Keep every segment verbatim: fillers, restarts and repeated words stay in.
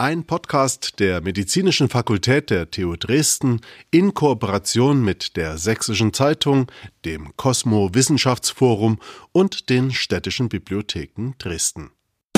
Ein Podcast der Medizinischen Fakultät der T U Dresden in Kooperation mit der Sächsischen Zeitung, dem Cosmo Wissenschaftsforum und den städtischen Bibliotheken Dresden.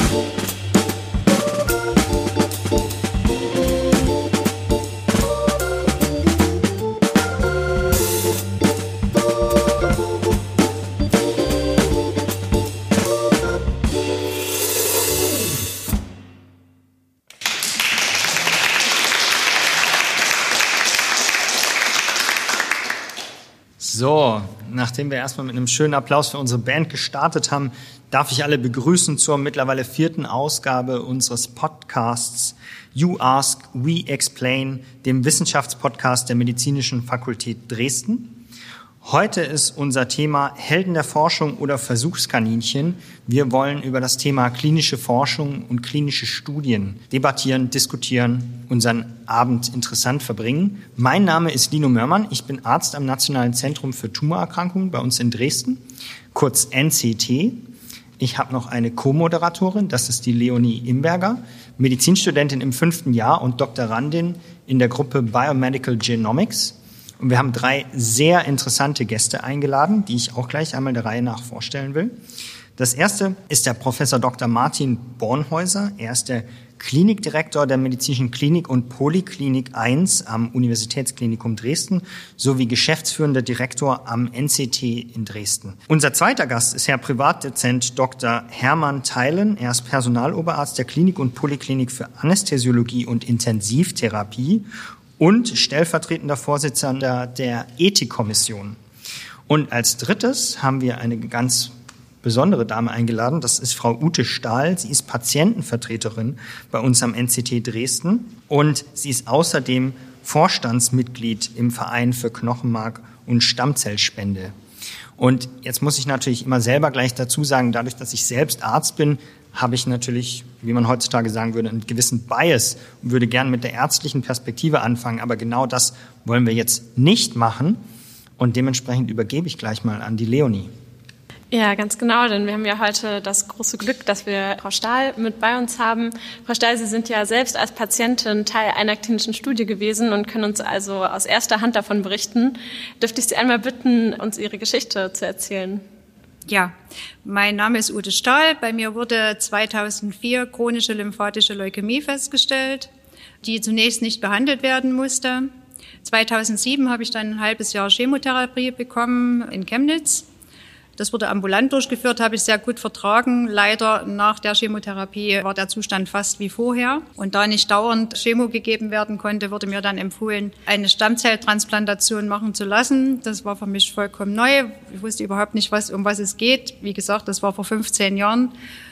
So, nachdem wir erstmal mit einem schönen Applaus für unsere Band gestartet haben, darf ich alle begrüßen zur mittlerweile vierten Ausgabe unseres Podcasts You Ask, We Explain, dem Wissenschaftspodcast der Medizinischen Fakultät Dresden. Heute ist unser Thema Helden der Forschung oder Versuchskaninchen. Wir wollen über das Thema klinische Forschung und klinische Studien debattieren, diskutieren, unseren Abend interessant verbringen. Mein Name ist Lino Mörmann. Ich bin Arzt am Nationalen Zentrum für Tumorerkrankungen bei uns in Dresden, kurz N C T. Ich habe noch eine Co-Moderatorin, das ist die Leonie Imberger, Medizinstudentin im fünften Jahr und Doktorandin in der Gruppe Biomedical Genomics. Und wir haben drei sehr interessante Gäste eingeladen, die ich auch gleich einmal der Reihe nach vorstellen will. Das erste ist der Professor Doktor Martin Bornhäuser. Er ist der Klinikdirektor der Medizinischen Klinik und Poliklinik eins am Universitätsklinikum Dresden sowie geschäftsführender Direktor am N C T in Dresden. Unser zweiter Gast ist Herr Privatdozent Doktor Hermann Theilen. Er ist Personaloberarzt der Klinik und Poliklinik für Anästhesiologie und Intensivtherapie und stellvertretender Vorsitzender der Ethikkommission. Und als drittes haben wir eine ganz besondere Dame eingeladen. Das ist Frau Ute Stahl. Sie ist Patientenvertreterin bei uns am N C T Dresden und sie ist außerdem Vorstandsmitglied im Verein für Knochenmark und Stammzellspende. Und jetzt muss ich natürlich immer selber gleich dazu sagen, dadurch, dass ich selbst Arzt bin, habe ich natürlich, wie man heutzutage sagen würde, einen gewissen Bias und würde gern mit der ärztlichen Perspektive anfangen. Aber genau das wollen wir jetzt nicht machen. Und dementsprechend übergebe ich gleich mal an die Leonie. Ja, ganz genau, denn wir haben ja heute das große Glück, dass wir Frau Stahl mit bei uns haben. Frau Stahl, Sie sind ja selbst als Patientin Teil einer klinischen Studie gewesen und können uns also aus erster Hand davon berichten. Dürfte ich Sie einmal bitten, uns Ihre Geschichte zu erzählen? Ja, mein Name ist Ute Stahl. Bei mir wurde zweitausendvier chronische lymphatische Leukämie festgestellt, die zunächst nicht behandelt werden musste. zweitausendsieben habe ich dann ein halbes Jahr Chemotherapie bekommen in Chemnitz. Das wurde ambulant durchgeführt, habe ich sehr gut vertragen. Leider nach der Chemotherapie war der Zustand fast wie vorher. Und da nicht dauernd Chemo gegeben werden konnte, wurde mir dann empfohlen, eine Stammzelltransplantation machen zu lassen. Das war für mich vollkommen neu. Ich wusste überhaupt nicht, was, um was es geht. Wie gesagt, das war vor fünfzehn Jahren.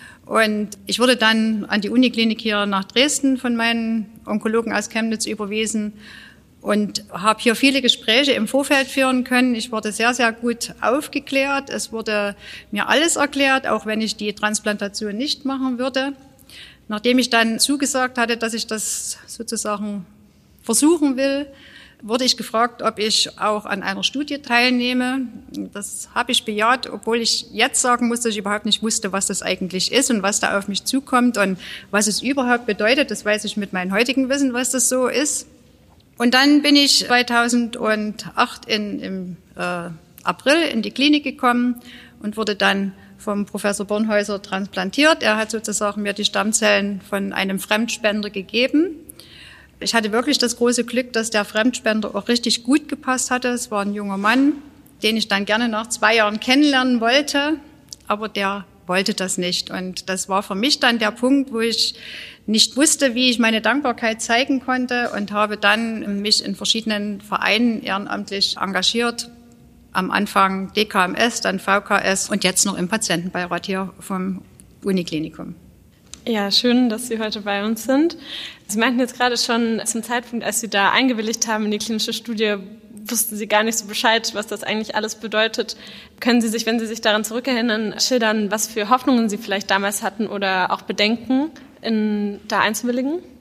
Und ich wurde dann an die Uniklinik hier nach Dresden von meinen Onkologen aus Chemnitz überwiesen und habe hier viele Gespräche im Vorfeld führen können. Ich wurde sehr, sehr gut aufgeklärt. Es wurde mir alles erklärt, auch wenn ich die Transplantation nicht machen würde. Nachdem ich dann zugesagt hatte, dass ich das sozusagen versuchen will, wurde ich gefragt, ob ich auch an einer Studie teilnehme. Das habe ich bejaht, obwohl ich jetzt sagen muss, dass ich überhaupt nicht wusste, was das eigentlich ist und was da auf mich zukommt und was es überhaupt bedeutet. Das weiß ich mit meinem heutigen Wissen, was das so ist. Und dann bin ich zweitausendacht in, im äh, April in die Klinik gekommen und wurde dann vom Professor Bornhäuser transplantiert. Er hat sozusagen mir die Stammzellen von einem Fremdspender gegeben. Ich hatte wirklich das große Glück, dass der Fremdspender auch richtig gut gepasst hatte. Es war ein junger Mann, den ich dann gerne nach zwei Jahren kennenlernen wollte, aber der wollte das nicht. Und das war für mich dann der Punkt, wo ich nicht wusste, wie ich meine Dankbarkeit zeigen konnte und habe dann mich in verschiedenen Vereinen ehrenamtlich engagiert. Am Anfang D K M S, dann V K S und jetzt noch im Patientenbeirat hier vom Uniklinikum. Ja, schön, dass Sie heute bei uns sind. Sie meinten jetzt gerade schon, zum Zeitpunkt, als Sie da eingewilligt haben in die klinische Studie, wussten Sie gar nicht so Bescheid, was das eigentlich alles bedeutet. Können Sie sich, wenn Sie sich daran zurückerinnern, schildern, was für Hoffnungen Sie vielleicht damals hatten oder auch Bedenken, in da einzuwilligen?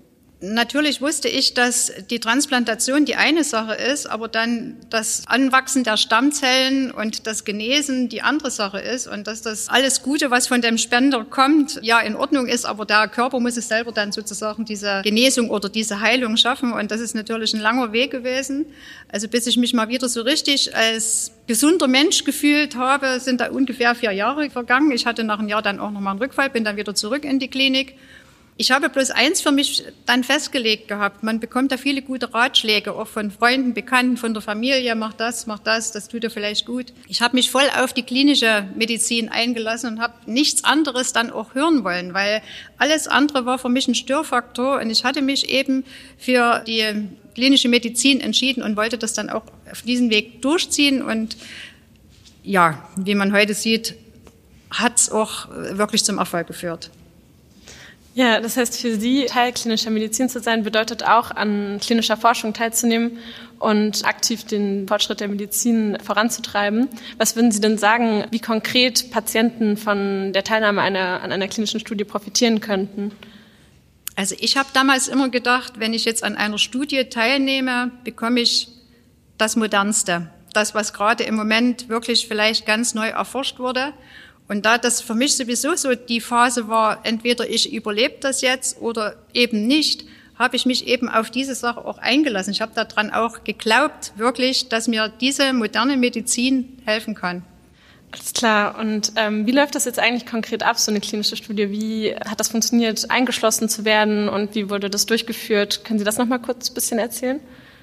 Natürlich wusste ich, dass die Transplantation die eine Sache ist, aber dann das Anwachsen der Stammzellen und das Genesen die andere Sache ist und dass das alles Gute, was von dem Spender kommt, ja in Ordnung ist, aber der Körper muss es selber dann sozusagen diese Genesung oder diese Heilung schaffen und das ist natürlich ein langer Weg gewesen. Also bis ich mich mal wieder so richtig als gesunder Mensch gefühlt habe, sind da ungefähr vier Jahre vergangen. Ich hatte nach einem Jahr dann auch nochmal einen Rückfall, bin dann wieder zurück in die Klinik. Ich habe bloß eins für mich dann festgelegt gehabt. Man bekommt da viele gute Ratschläge, auch von Freunden, Bekannten, von der Familie. Mach das, mach das, das tut dir vielleicht gut. Ich habe mich voll auf die klinische Medizin eingelassen und habe nichts anderes dann auch hören wollen, weil alles andere war für mich ein Störfaktor. Und ich hatte mich eben für die klinische Medizin entschieden und wollte das dann auch auf diesen Weg durchziehen. Und ja, wie man heute sieht, hat es auch wirklich zum Erfolg geführt. Ja, das heißt, für Sie Teil klinischer Medizin zu sein, bedeutet auch, an klinischer Forschung teilzunehmen und aktiv den Fortschritt der Medizin voranzutreiben. Was würden Sie denn sagen, wie konkret Patienten von der Teilnahme einer, an einer klinischen Studie profitieren könnten? Also ich habe damals immer gedacht, wenn ich jetzt an einer Studie teilnehme, bekomme ich das Modernste. Das, was gerade im Moment wirklich vielleicht ganz neu erforscht wurde. Und da das für mich sowieso so die Phase war, entweder ich überlebe das jetzt oder eben nicht, habe ich mich eben auf diese Sache auch eingelassen. Ich habe daran auch geglaubt, wirklich, dass mir diese moderne Medizin helfen kann. Alles klar. Und ähm, wie läuft das jetzt eigentlich konkret ab, so eine klinische Studie? Wie hat das funktioniert, eingeschlossen zu werden und wie wurde das durchgeführt? Können Sie das noch mal kurz ein bisschen erzählen?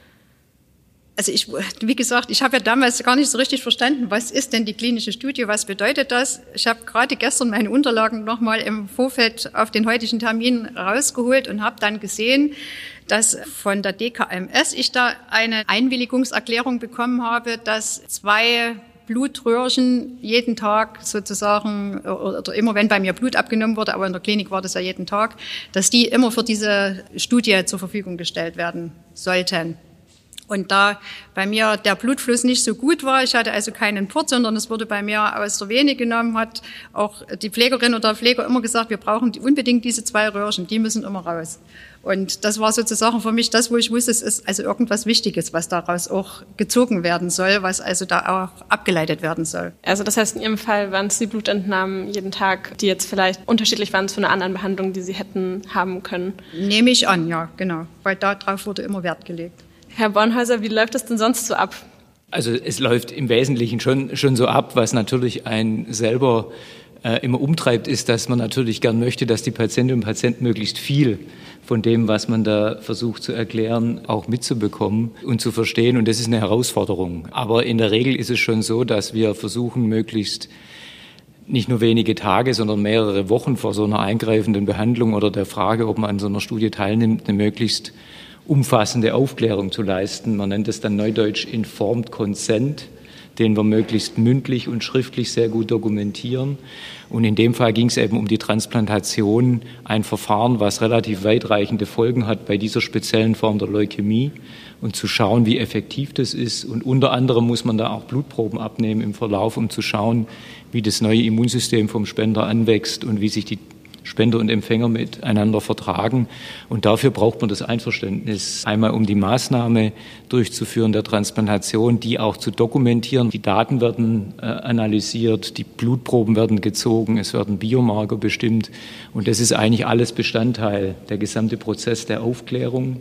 Also ich, wie gesagt, ich habe ja damals gar nicht so richtig verstanden, was ist denn die klinische Studie, was bedeutet das? Ich habe gerade gestern meine Unterlagen nochmal im Vorfeld auf den heutigen Termin rausgeholt und habe dann gesehen, dass von der D K M S ich da eine Einwilligungserklärung bekommen habe, dass zwei Blutröhrchen jeden Tag sozusagen, oder immer wenn bei mir Blut abgenommen wurde, aber in der Klinik war das ja jeden Tag, dass die immer für diese Studie zur Verfügung gestellt werden sollten. Und da bei mir der Blutfluss nicht so gut war, ich hatte also keinen Port, sondern es wurde bei mir aus der Vene genommen, hat auch die Pflegerin oder der Pfleger immer gesagt, wir brauchen unbedingt diese zwei Röhrchen, die müssen immer raus. Und das war sozusagen für mich das, wo ich wusste, es ist also irgendwas Wichtiges, was daraus auch gezogen werden soll, was also da auch abgeleitet werden soll. Also das heißt, in Ihrem Fall waren es die Blutentnahmen jeden Tag, die jetzt vielleicht unterschiedlich waren zu einer anderen Behandlung, die Sie hätten haben können? Nehme ich an, ja, genau, weil darauf wurde immer Wert gelegt. Herr Bornhäuser, wie läuft das denn sonst so ab? Also es läuft im Wesentlichen schon, schon so ab, was natürlich einen selber äh, immer umtreibt, ist, dass man natürlich gern möchte, dass die Patientinnen und Patienten möglichst viel von dem, was man da versucht zu erklären, auch mitzubekommen und zu verstehen. Und das ist eine Herausforderung. Aber in der Regel ist es schon so, dass wir versuchen, möglichst nicht nur wenige Tage, sondern mehrere Wochen vor so einer eingreifenden Behandlung oder der Frage, ob man an so einer Studie teilnimmt, eine möglichst umfassende Aufklärung zu leisten. Man nennt es dann neudeutsch Informed Consent, den wir möglichst mündlich und schriftlich sehr gut dokumentieren. Und in dem Fall ging es eben um die Transplantation, ein Verfahren, was relativ weitreichende Folgen hat bei dieser speziellen Form der Leukämie und zu schauen, wie effektiv das ist. Und unter anderem muss man da auch Blutproben abnehmen im Verlauf, um zu schauen, wie das neue Immunsystem vom Spender anwächst und wie sich die Spender und Empfänger miteinander vertragen. Und dafür braucht man das Einverständnis, einmal um die Maßnahme durchzuführen der Transplantation, die auch zu dokumentieren. Die Daten werden äh, analysiert, die Blutproben werden gezogen, es werden Biomarker bestimmt. Und das ist eigentlich alles Bestandteil, der gesamte Prozess der Aufklärung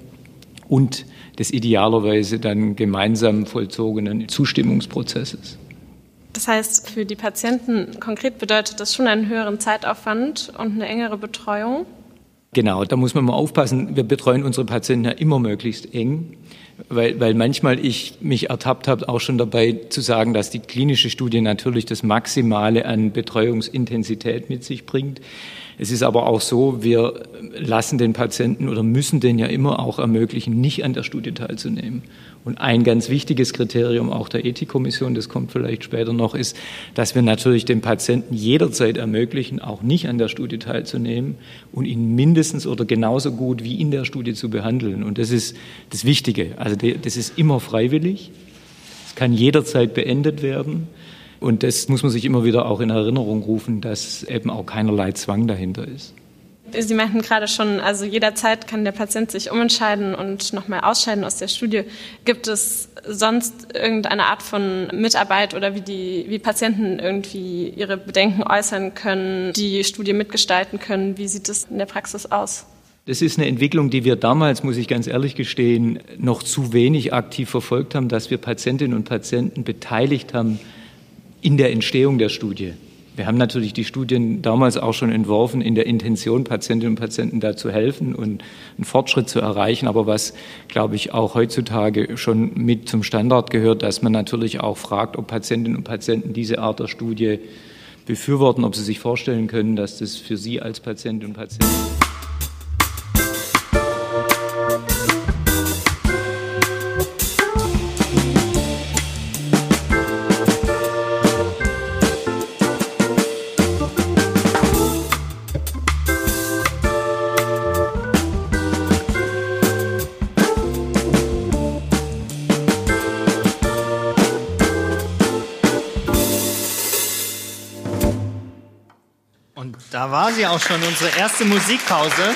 und des idealerweise dann gemeinsam vollzogenen Zustimmungsprozesses. Das heißt, für die Patienten konkret bedeutet das schon einen höheren Zeitaufwand und eine engere Betreuung? Genau, da muss man mal aufpassen. Wir betreuen unsere Patienten ja immer möglichst eng, weil, weil manchmal ich mich ertappt habe, auch schon dabei zu sagen, dass die klinische Studie natürlich das Maximale an Betreuungsintensität mit sich bringt. Es ist aber auch so, wir lassen den Patienten oder müssen den ja immer auch ermöglichen, nicht an der Studie teilzunehmen. Und ein ganz wichtiges Kriterium auch der Ethikkommission, das kommt vielleicht später noch, ist, dass wir natürlich den Patienten jederzeit ermöglichen, auch nicht an der Studie teilzunehmen und ihn mindestens oder genauso gut wie in der Studie zu behandeln. Und das ist das Wichtige. Also das ist immer freiwillig. Es kann jederzeit beendet werden. Und das muss man sich immer wieder auch in Erinnerung rufen, dass eben auch keinerlei Zwang dahinter ist. Sie meinten gerade schon, also jederzeit kann der Patient sich umentscheiden und nochmal ausscheiden aus der Studie. Gibt es sonst irgendeine Art von Mitarbeit oder wie die wie Patienten irgendwie ihre Bedenken äußern können, die Studie mitgestalten können? Wie sieht es in der Praxis aus? Das ist eine Entwicklung, die wir damals, muss ich ganz ehrlich gestehen, noch zu wenig aktiv verfolgt haben, dass wir Patientinnen und Patienten beteiligt haben in der Entstehung der Studie. Wir haben natürlich die Studien damals auch schon entworfen in der Intention, Patientinnen und Patienten da zu helfen und einen Fortschritt zu erreichen. Aber was, glaube ich, auch heutzutage schon mit zum Standard gehört, dass man natürlich auch fragt, ob Patientinnen und Patienten diese Art der Studie befürworten, ob sie sich vorstellen können, dass das für sie als Patientinnen und Patienten Und da war sie auch schon, unsere erste Musikpause.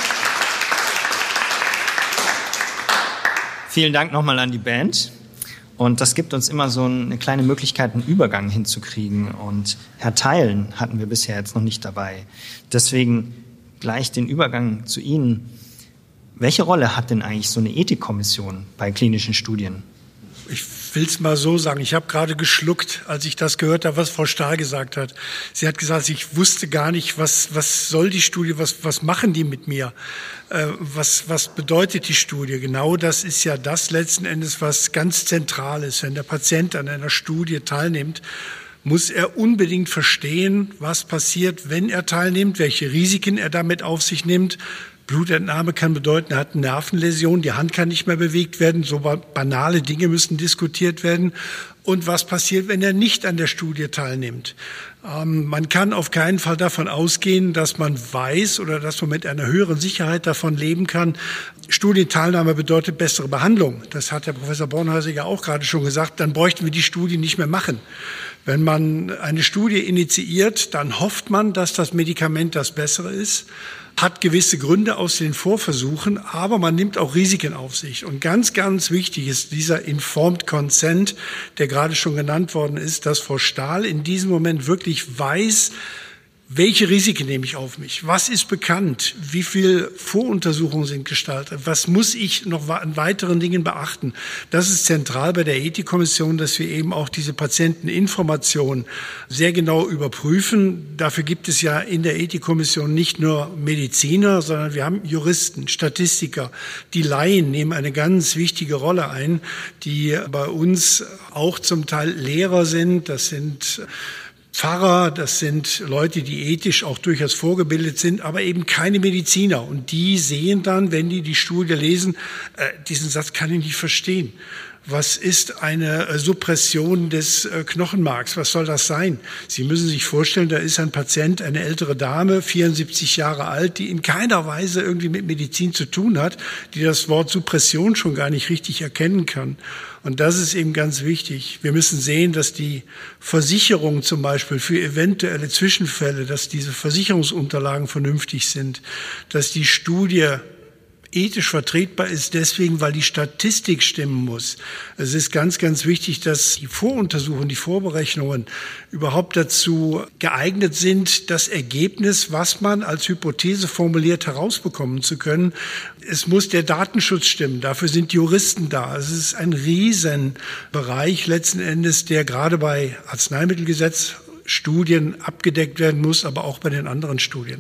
Vielen Dank nochmal an die Band. Und das gibt uns immer so eine kleine Möglichkeit, einen Übergang hinzukriegen. Und Herr Theilen hatten wir bisher jetzt noch nicht dabei. Deswegen gleich den Übergang zu Ihnen. Welche Rolle hat denn eigentlich so eine Ethikkommission bei klinischen Studien? Ich will es mal so sagen, ich habe gerade geschluckt, als ich das gehört habe, was Frau Stahl gesagt hat. Sie hat gesagt, ich wusste gar nicht, was, was soll die Studie, was, was machen die mit mir, äh, was, was bedeutet die Studie. Genau das ist ja das letzten Endes, was ganz zentral ist. Wenn der Patient an einer Studie teilnimmt, muss er unbedingt verstehen, was passiert, wenn er teilnimmt, welche Risiken er damit auf sich nimmt. Blutentnahme kann bedeuten, er hat eine Nervenläsion, die Hand kann nicht mehr bewegt werden, so banale Dinge müssen diskutiert werden. Und was passiert, wenn er nicht an der Studie teilnimmt? Ähm, man kann auf keinen Fall davon ausgehen, dass man weiß oder dass man mit einer höheren Sicherheit davon leben kann. Studienteilnahme bedeutet bessere Behandlung. Das hat der Professor Bornhäuser ja auch gerade schon gesagt. Dann bräuchten wir die Studie nicht mehr machen. Wenn man eine Studie initiiert, dann hofft man, dass das Medikament das Bessere ist, hat gewisse Gründe aus den Vorversuchen, aber man nimmt auch Risiken auf sich. Und ganz, ganz wichtig ist dieser Informed Consent, der gerade schon genannt worden ist, dass Frau Stahl in diesem Moment wirklich weiß, welche Risiken nehme ich auf mich? Was ist bekannt? Wie viel Voruntersuchungen sind gestaltet? Was muss ich noch an weiteren Dingen beachten? Das ist zentral bei der Ethikkommission, dass wir eben auch diese Patienteninformation sehr genau überprüfen. Dafür gibt es ja in der Ethikkommission nicht nur Mediziner, sondern wir haben Juristen, Statistiker. Die Laien nehmen eine ganz wichtige Rolle ein, die bei uns auch zum Teil Lehrer sind. Das sind Pfarrer, das sind Leute, die ethisch auch durchaus vorgebildet sind, aber eben keine Mediziner. Und die sehen dann, wenn die die Studie lesen, äh, diesen Satz kann ich nicht verstehen. Was ist eine äh, Suppression des äh, Knochenmarks? Was soll das sein? Sie müssen sich vorstellen, da ist ein Patient, eine ältere Dame, vierundsiebzig Jahre alt, die in keiner Weise irgendwie mit Medizin zu tun hat, die das Wort Suppression schon gar nicht richtig erkennen kann. Und das ist eben ganz wichtig. Wir müssen sehen, dass die Versicherung zum Beispiel für eventuelle Zwischenfälle, dass diese Versicherungsunterlagen vernünftig sind, dass die Studie ethisch vertretbar ist, deswegen, weil die Statistik stimmen muss. Es ist ganz, ganz wichtig, dass die Voruntersuchungen, die Vorberechnungen überhaupt dazu geeignet sind, das Ergebnis, was man als Hypothese formuliert, herausbekommen zu können. Es muss der Datenschutz stimmen. Dafür sind Juristen da. Es ist ein Riesenbereich letzten Endes, der gerade bei Arzneimittelgesetz Studien abgedeckt werden muss, aber auch bei den anderen Studien.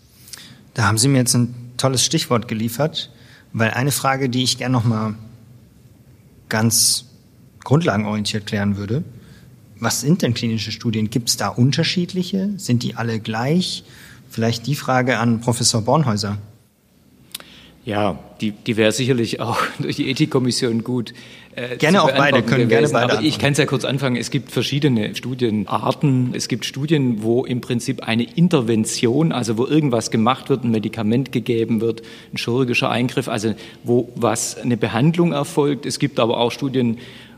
Da haben Sie mir jetzt ein tolles Stichwort geliefert, weil eine Frage, die ich gerne noch mal ganz grundlagenorientiert klären würde: Was sind denn klinische Studien? Gibt es da unterschiedliche? Sind die alle gleich? Vielleicht die Frage an Professor Bornhäuser. Ja, die, die wäre sicherlich auch durch die Ethikkommission gut äh, Gerne auch beide, können gewesen. gerne beide Aber antworten. ich kann es ja kurz anfangen. Es gibt verschiedene Studienarten. Es gibt Studien, wo im Prinzip eine Intervention, also wo irgendwas gemacht wird, ein Medikament gegeben wird, ein chirurgischer Eingriff, also wo was eine Behandlung erfolgt. Es gibt aber auch Studien,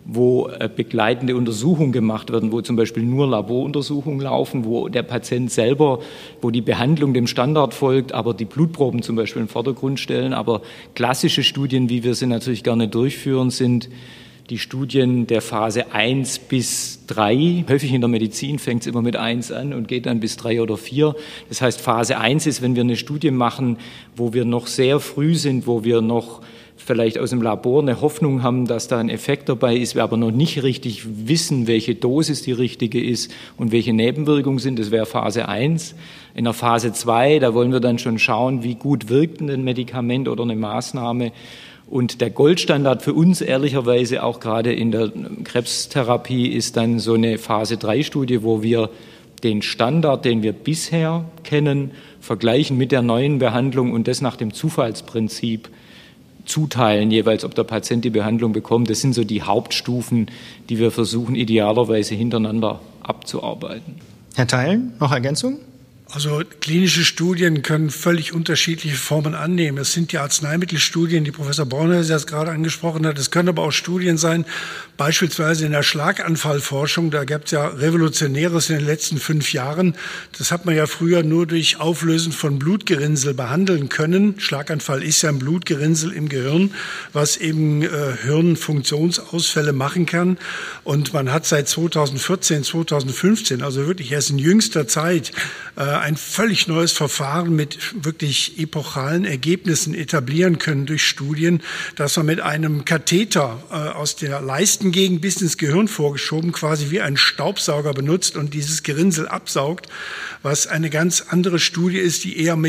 wo begleitende Untersuchungen gemacht werden, wo zum Beispiel nur Laboruntersuchungen laufen, wo der Patient selber, wo die Behandlung dem Standard folgt, aber die Blutproben zum Beispiel im Vordergrund stellen. Aber klassische Studien, wie wir sie natürlich gerne durchführen, sind die Studien der Phase eins bis drei. Häufig in der Medizin fängt es immer mit eins an und geht dann bis drei oder vier. Das heißt, Phase eins ist, wenn wir eine Studie machen, wo wir noch sehr früh sind, wo wir noch vielleicht aus dem Labor eine Hoffnung haben, dass da ein Effekt dabei ist, wir aber noch nicht richtig wissen, welche Dosis die richtige ist und welche Nebenwirkungen sind. Das wäre Phase eins. In der Phase zwei, da wollen wir dann schon schauen, wie gut wirkt ein Medikament oder eine Maßnahme. Und der Goldstandard für uns ehrlicherweise auch gerade in der Krebstherapie ist dann so eine Phase drei Studie, wo wir den Standard, den wir bisher kennen, vergleichen mit der neuen Behandlung und das nach dem Zufallsprinzip zuteilen, jeweils ob der Patient die Behandlung bekommt. Das sind so die Hauptstufen, die wir versuchen idealerweise hintereinander abzuarbeiten. Herr Theilen, noch Ergänzung? Also klinische Studien können völlig unterschiedliche Formen annehmen. Es sind die Arzneimittelstudien, die Professor Bornhöser jetzt gerade angesprochen hat. Es können aber auch Studien sein, beispielsweise in der Schlaganfallforschung. Da gab es ja Revolutionäres in den letzten fünf Jahren. Das hat man ja früher nur durch Auflösen von Blutgerinnsel behandeln können. Schlaganfall ist ja ein Blutgerinnsel im Gehirn, was eben äh, Hirnfunktionsausfälle machen kann. Und man hat seit zweitausendvierzehn, zweitausendfünfzehn, also wirklich erst in jüngster Zeit, äh, ein völlig neues Verfahren mit wirklich epochalen Ergebnissen etablieren können durch Studien, dass man mit einem Katheter äh, aus der Leistengegend bis ins Gehirn vorgeschoben quasi wie einen Staubsauger benutzt und dieses Gerinnsel absaugt, was eine ganz andere Studie ist, die eher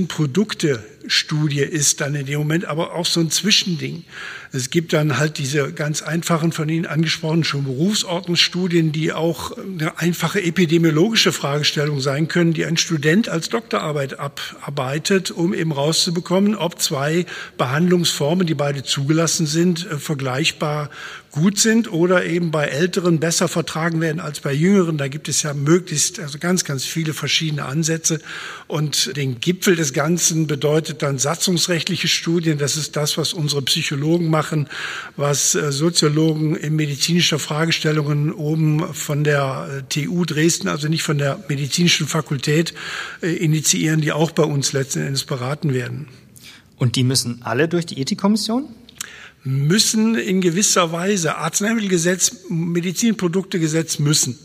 Medizinprodukte-Studie ist dann in dem Moment, aber auch so ein Zwischending. Es gibt dann halt diese ganz einfachen, von Ihnen angesprochenen schon Berufsordnungsstudien, die auch eine einfache epidemiologische Fragestellung sein können, die ein Student als Doktorarbeit abarbeitet, um eben rauszubekommen, ob zwei Behandlungsformen, die beide zugelassen sind, vergleichbar gut sind oder eben bei Älteren besser vertragen werden als bei Jüngeren. Da gibt es ja möglichst, also ganz, ganz viele verschiedene Ansätze. Und den Gipfel des Ganzen bedeutet dann satzungsrechtliche Studien. Das ist das, was unsere Psychologen machen, was Soziologen in medizinischer Fragestellungen oben von der T U Dresden, also nicht von der medizinischen Fakultät, initiieren, die auch bei uns letzten Endes beraten werden. Und die müssen alle durch die Ethikkommission? Müssen in gewisser Weise. Arzneimittelgesetz, Medizinproduktegesetz müssen.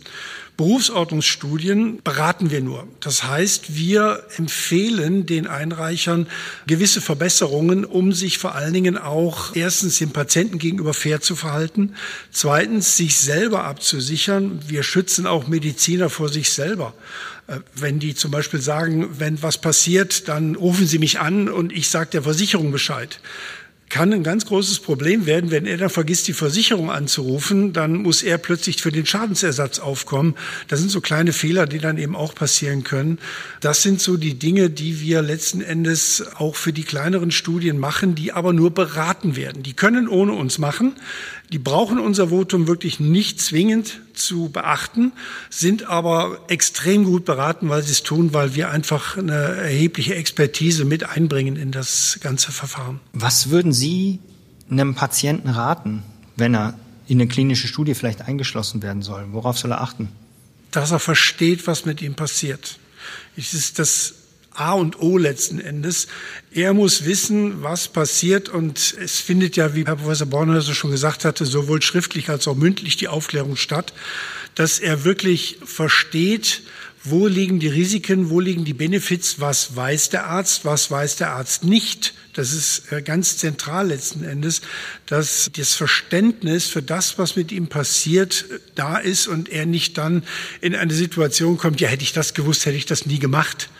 Berufsordnungsstudien beraten wir nur. Das heißt, wir empfehlen den Einreichern gewisse Verbesserungen, um sich vor allen Dingen auch erstens dem Patienten gegenüber fair zu verhalten, zweitens sich selber abzusichern. Wir schützen auch Mediziner vor sich selber. Wenn die zum Beispiel sagen, wenn was passiert, dann rufen Sie mich an und ich sage der Versicherung Bescheid. Kann ein ganz großes Problem werden, wenn er dann vergisst, die Versicherung anzurufen, dann muss er plötzlich für den Schadensersatz aufkommen. Das sind so kleine Fehler, die dann eben auch passieren können. Das sind so die Dinge, die wir letzten Endes auch für die kleineren Studien machen, die aber nur beraten werden. Die können ohne uns machen. Die brauchen unser Votum wirklich nicht zwingend zu beachten, sind aber extrem gut beraten, weil sie es tun, weil wir einfach eine erhebliche Expertise mit einbringen in das ganze Verfahren. Was würden Sie einem Patienten raten, wenn er in eine klinische Studie vielleicht eingeschlossen werden soll? Worauf soll er achten? Dass er versteht, was mit ihm passiert. Es ist das A und O letzten Endes. Er muss wissen, was passiert, und es findet ja, wie Herr Professor Bornhöser schon gesagt hatte, sowohl schriftlich als auch mündlich die Aufklärung statt, dass er wirklich versteht, wo liegen die Risiken, wo liegen die Benefits, was weiß der Arzt, was weiß der Arzt nicht. Das ist ganz zentral letzten Endes, dass das Verständnis für das, was mit ihm passiert, da ist und er nicht dann in eine Situation kommt, ja, hätte ich das gewusst, hätte ich das nie gemacht.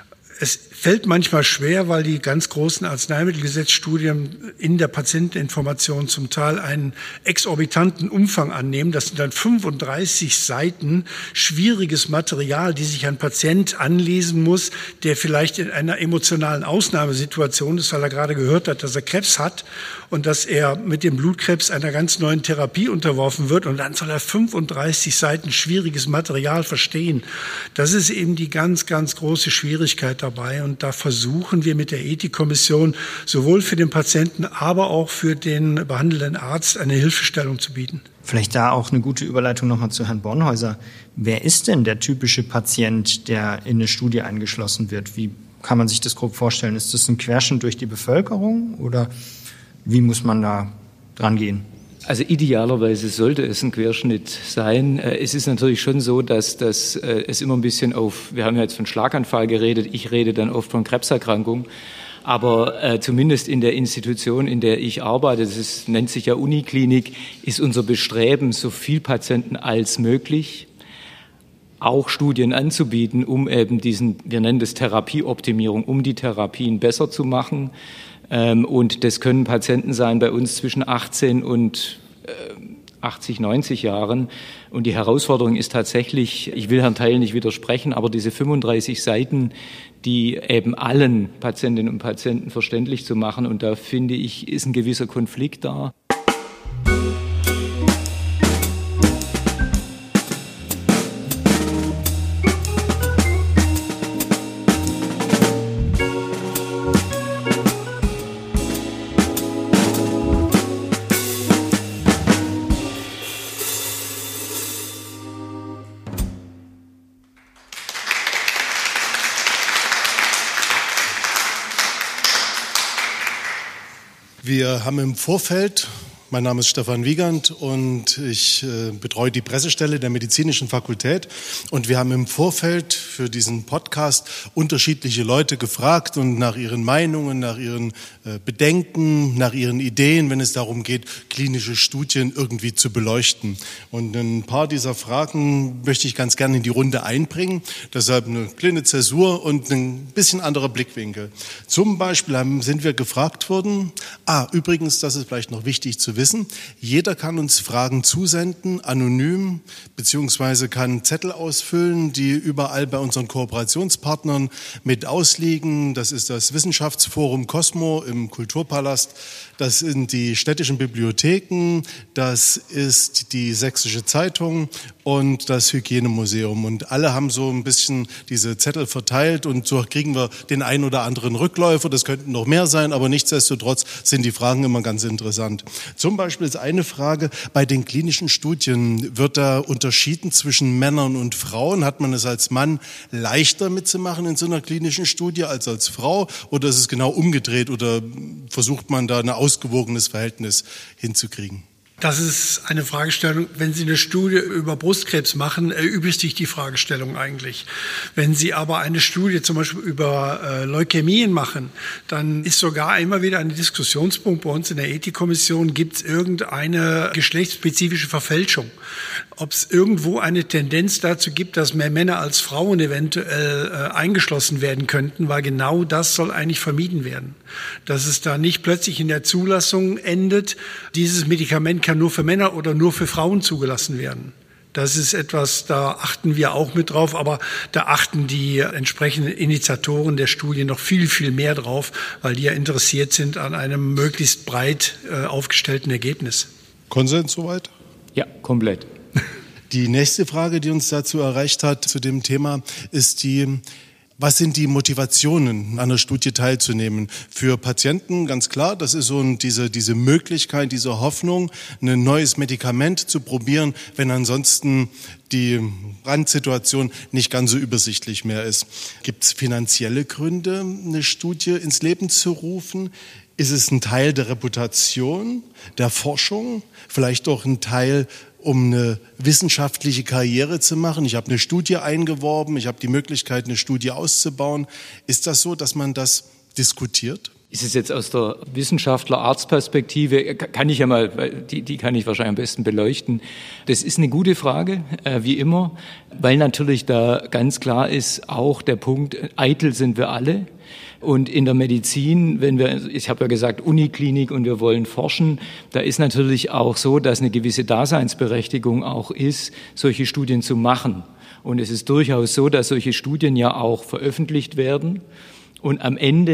Es fällt manchmal schwer, weil die ganz großen Arzneimittelgesetzstudien in der Patienteninformation zum Teil einen exorbitanten Umfang annehmen. Das sind dann fünfunddreißig Seiten schwieriges Material, die sich ein Patient anlesen muss, der vielleicht in einer emotionalen Ausnahmesituation ist, weil er gerade gehört hat, dass er Krebs hat und dass er mit dem Blutkrebs einer ganz neuen Therapie unterworfen wird. Und dann soll er fünfunddreißig Seiten schwieriges Material verstehen. Das ist eben die ganz, ganz große Schwierigkeit dabei. Und Und da versuchen wir mit der Ethikkommission sowohl für den Patienten, aber auch für den behandelnden Arzt eine Hilfestellung zu bieten. Vielleicht da auch eine gute Überleitung nochmal zu Herrn Bornhäuser. Wer ist denn der typische Patient, der in eine Studie eingeschlossen wird? Wie kann man sich das grob vorstellen? Ist das ein Querschnitt durch die Bevölkerung oder wie muss man da dran gehen? Also idealerweise sollte es ein Querschnitt sein. Es ist natürlich schon so, dass, dass es immer ein bisschen auf, wir haben ja jetzt von Schlaganfall geredet, ich rede dann oft von Krebserkrankung, aber äh, zumindest in der Institution, in der ich arbeite, das ist, nennt sich ja Uniklinik, ist unser Bestreben, so viel Patienten als möglich auch Studien anzubieten, um eben diesen, wir nennen das Therapieoptimierung, um die Therapien besser zu machen. Und das können Patienten sein bei uns zwischen achtzehn und achtzig, neunzig Jahren. Und die Herausforderung ist tatsächlich, ich will Herrn Theil nicht widersprechen, aber diese fünfunddreißig Seiten, die eben allen Patientinnen und Patienten verständlich zu machen. Und da finde ich, ist ein gewisser Konflikt da. Wir haben im Vorfeld, mein Name ist Stefan Wiegand und ich äh, betreue die Pressestelle der Medizinischen Fakultät, und wir haben im Vorfeld für diesen Podcast unterschiedliche Leute gefragt und nach ihren Meinungen, nach ihren äh, Bedenken, nach ihren Ideen, wenn es darum geht, klinische Studien irgendwie zu beleuchten. Und ein paar dieser Fragen möchte ich ganz gerne in die Runde einbringen, deshalb eine kleine Zäsur und ein bisschen anderer Blickwinkel. Zum Beispiel haben, sind wir gefragt worden, ah, übrigens, das ist vielleicht noch wichtig zu wissen, wissen. Jeder kann uns Fragen zusenden, anonym, beziehungsweise kann Zettel ausfüllen, die überall bei unseren Kooperationspartnern mit ausliegen. Das ist das Wissenschaftsforum Cosmo im Kulturpalast. Das sind die städtischen Bibliotheken. Das ist die Sächsische Zeitung und das Hygienemuseum. Und alle haben so ein bisschen diese Zettel verteilt und so kriegen wir den ein oder anderen Rückläufer. Das könnten noch mehr sein, aber nichtsdestotrotz sind die Fragen immer ganz interessant. Zum Beispiel ist eine Frage, bei den klinischen Studien wird da unterschieden zwischen Männern und Frauen. Hat man es als Mann leichter mitzumachen in so einer klinischen Studie als als Frau? Oder ist es genau umgedreht oder versucht man da ein ausgewogenes Verhältnis hinzukriegen? Das ist eine Fragestellung. Wenn Sie eine Studie über Brustkrebs machen, erübrigt sich die Fragestellung eigentlich. Wenn Sie aber eine Studie zum Beispiel über äh, Leukämien machen, dann ist sogar immer wieder ein Diskussionspunkt bei uns in der Ethikkommission, gibt es irgendeine geschlechtsspezifische Verfälschung? Ob es irgendwo eine Tendenz dazu gibt, dass mehr Männer als Frauen eventuell äh, eingeschlossen werden könnten, weil genau das soll eigentlich vermieden werden. Dass es da nicht plötzlich in der Zulassung endet, dieses Medikament kann nur für Männer oder nur für Frauen zugelassen werden. Das ist etwas, da achten wir auch mit drauf, aber da achten die entsprechenden Initiatoren der Studie noch viel, viel mehr drauf, weil die ja interessiert sind an einem möglichst breit äh, aufgestellten Ergebnis. Konsens soweit? Ja, komplett. Die nächste Frage, die uns dazu erreicht hat, zu dem Thema, ist die: Was sind die Motivationen, an der Studie teilzunehmen? Für Patienten ganz klar, das ist so diese, diese Möglichkeit, diese Hoffnung, ein neues Medikament zu probieren, wenn ansonsten die Randsituation nicht ganz so übersichtlich mehr ist. Gibt es finanzielle Gründe, eine Studie ins Leben zu rufen? Ist es ein Teil der Reputation, der Forschung, vielleicht auch ein Teil, um eine wissenschaftliche Karriere zu machen? Ich habe eine Studie eingeworben, ich habe die Möglichkeit, eine Studie auszubauen. Ist das so, dass man das diskutiert? Ist es jetzt aus der Wissenschaftler-Arzt-Perspektive, kann ich ja mal, die, die kann ich wahrscheinlich am besten beleuchten. Das ist eine gute Frage, äh, wie immer, weil natürlich da ganz klar ist auch der Punkt, eitel sind wir alle. Und in der Medizin, wenn wir, ich habe ja gesagt, Uniklinik und wir wollen forschen, da ist natürlich auch so, dass eine gewisse Daseinsberechtigung auch ist, solche Studien zu machen. Und es ist durchaus so, dass solche Studien ja auch veröffentlicht werden. Und am Ende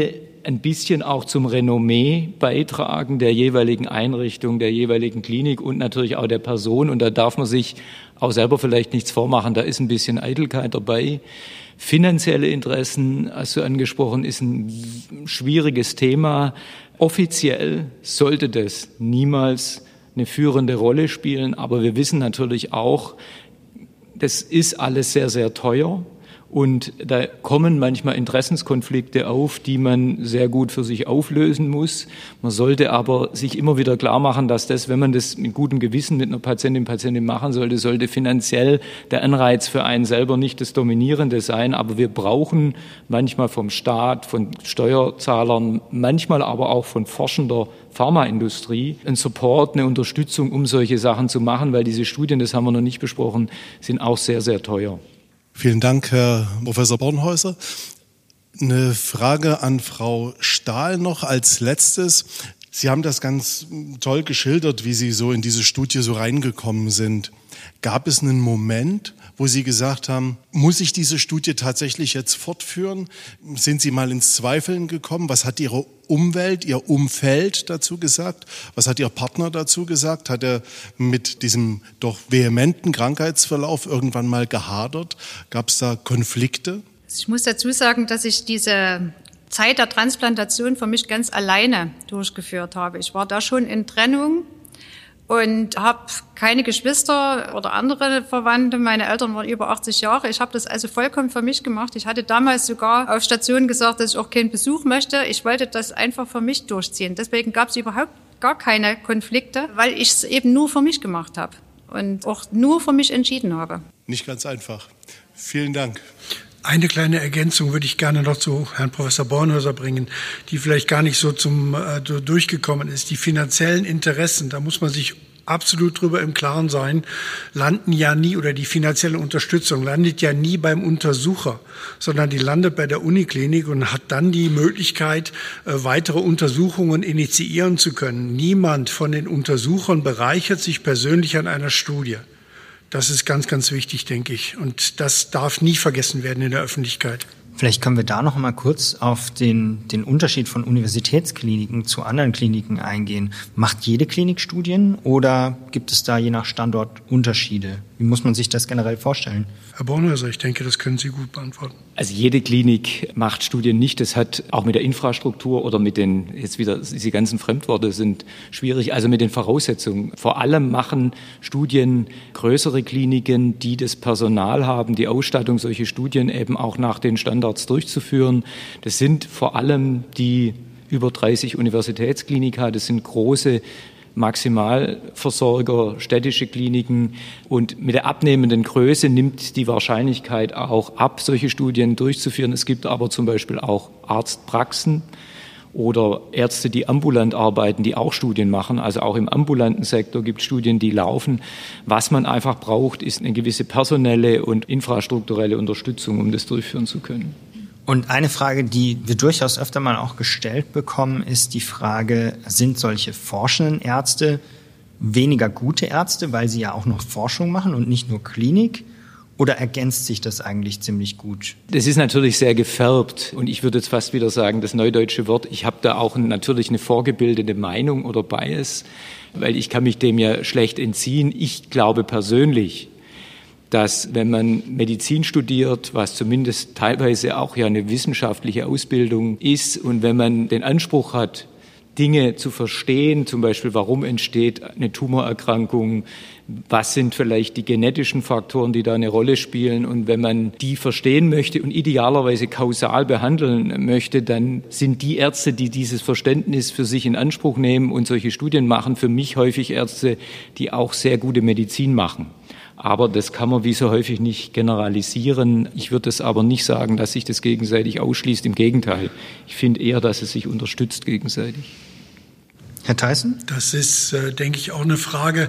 ein bisschen auch zum Renommee beitragen der jeweiligen Einrichtung, der jeweiligen Klinik und natürlich auch der Person. Und da darf man sich auch selber vielleicht nichts vormachen, da ist ein bisschen Eitelkeit dabei. Finanzielle Interessen, hast du angesprochen, ist ein schwieriges Thema. Offiziell sollte das niemals eine führende Rolle spielen, aber wir wissen natürlich auch, das ist alles sehr, sehr teuer. Und da kommen manchmal Interessenskonflikte auf, die man sehr gut für sich auflösen muss. Man sollte aber sich immer wieder klar machen, dass das, wenn man das mit gutem Gewissen mit einer Patientin, Patientin machen sollte, sollte finanziell der Anreiz für einen selber nicht das Dominierende sein. Aber wir brauchen manchmal vom Staat, von Steuerzahlern, manchmal aber auch von forschender Pharmaindustrie einen Support, eine Unterstützung, um solche Sachen zu machen, weil diese Studien, das haben wir noch nicht besprochen, sind auch sehr, sehr teuer. Vielen Dank, Herr Professor Bornhäuser. Eine Frage an Frau Stahl noch als letztes. Sie haben das ganz toll geschildert, wie Sie so in diese Studie so reingekommen sind. Gab es einen Moment, wo Sie gesagt haben, muss ich diese Studie tatsächlich jetzt fortführen? Sind Sie mal ins Zweifeln gekommen? Was hat Ihre Umwelt, Ihr Umfeld dazu gesagt? Was hat Ihr Partner dazu gesagt? Hat er mit diesem doch vehementen Krankheitsverlauf irgendwann mal gehadert? Gab es da Konflikte? Ich muss dazu sagen, dass ich diese Zeit der Transplantation für mich ganz alleine durchgeführt habe. Ich war da schon in Trennung und habe keine Geschwister oder andere Verwandte. Meine Eltern waren über achtzig Jahre. Ich habe das also vollkommen für mich gemacht. Ich hatte damals sogar auf Station gesagt, dass ich auch keinen Besuch möchte. Ich wollte das einfach für mich durchziehen. Deswegen gab es überhaupt gar keine Konflikte, weil ich es eben nur für mich gemacht habe und auch nur für mich entschieden habe. Nicht ganz einfach. Vielen Dank. Eine kleine Ergänzung würde ich gerne noch zu Herrn Professor Bornhäuser bringen, die vielleicht gar nicht so zum äh, durchgekommen ist. Die finanziellen Interessen, da muss man sich absolut drüber im Klaren sein, landen ja nie, oder die finanzielle Unterstützung landet ja nie beim Untersucher, sondern die landet bei der Uniklinik und hat dann die Möglichkeit, äh, weitere Untersuchungen initiieren zu können. Niemand von den Untersuchern bereichert sich persönlich an einer Studie. Das ist ganz, ganz wichtig, denke ich. Und das darf nie vergessen werden in der Öffentlichkeit. Vielleicht können wir da noch mal kurz auf den, den Unterschied von Universitätskliniken zu anderen Kliniken eingehen. Macht jede Klinik Studien oder gibt es da je nach Standort Unterschiede? Wie muss man sich das generell vorstellen? Herr Bornhäuser, ich denke, das können Sie gut beantworten. Also jede Klinik macht Studien nicht. Das hat auch mit der Infrastruktur oder mit den, jetzt wieder, diese ganzen Fremdworte sind schwierig, also mit den Voraussetzungen. Vor allem machen Studien größere Kliniken, die das Personal haben, die Ausstattung, solche Studien eben auch nach den Standards durchzuführen. Das sind vor allem die über dreißig Universitätskliniken, das sind große Maximalversorger, städtische Kliniken, und mit der abnehmenden Größe nimmt die Wahrscheinlichkeit auch ab, solche Studien durchzuführen. Es gibt aber zum Beispiel auch Arztpraxen oder Ärzte, die ambulant arbeiten, die auch Studien machen. Also auch im ambulanten Sektor gibt es Studien, die laufen. Was man einfach braucht, ist eine gewisse personelle und infrastrukturelle Unterstützung, um das durchführen zu können. Und eine Frage, die wir durchaus öfter mal auch gestellt bekommen, ist die Frage, sind solche forschenden Ärzte weniger gute Ärzte, weil sie ja auch noch Forschung machen und nicht nur Klinik? Oder ergänzt sich das eigentlich ziemlich gut? Das ist natürlich sehr gefärbt und ich würde jetzt fast wieder sagen, das neudeutsche Wort, ich habe da auch natürlich eine vorgebildete Meinung oder Bias, weil ich kann mich dem ja schlecht entziehen. Ich glaube persönlich, dass wenn man Medizin studiert, was zumindest teilweise auch ja eine wissenschaftliche Ausbildung ist, und wenn man den Anspruch hat, Dinge zu verstehen, zum Beispiel warum entsteht eine Tumorerkrankung, was sind vielleicht die genetischen Faktoren, die da eine Rolle spielen, und wenn man die verstehen möchte und idealerweise kausal behandeln möchte, dann sind die Ärzte, die dieses Verständnis für sich in Anspruch nehmen und solche Studien machen, für mich häufig Ärzte, die auch sehr gute Medizin machen. Aber das kann man wie so häufig nicht generalisieren. Ich würde es aber nicht sagen, dass sich das gegenseitig ausschließt. Im Gegenteil. Ich finde eher, dass es sich unterstützt gegenseitig. Herr Theissen? Das ist, äh, denke ich, auch eine Frage,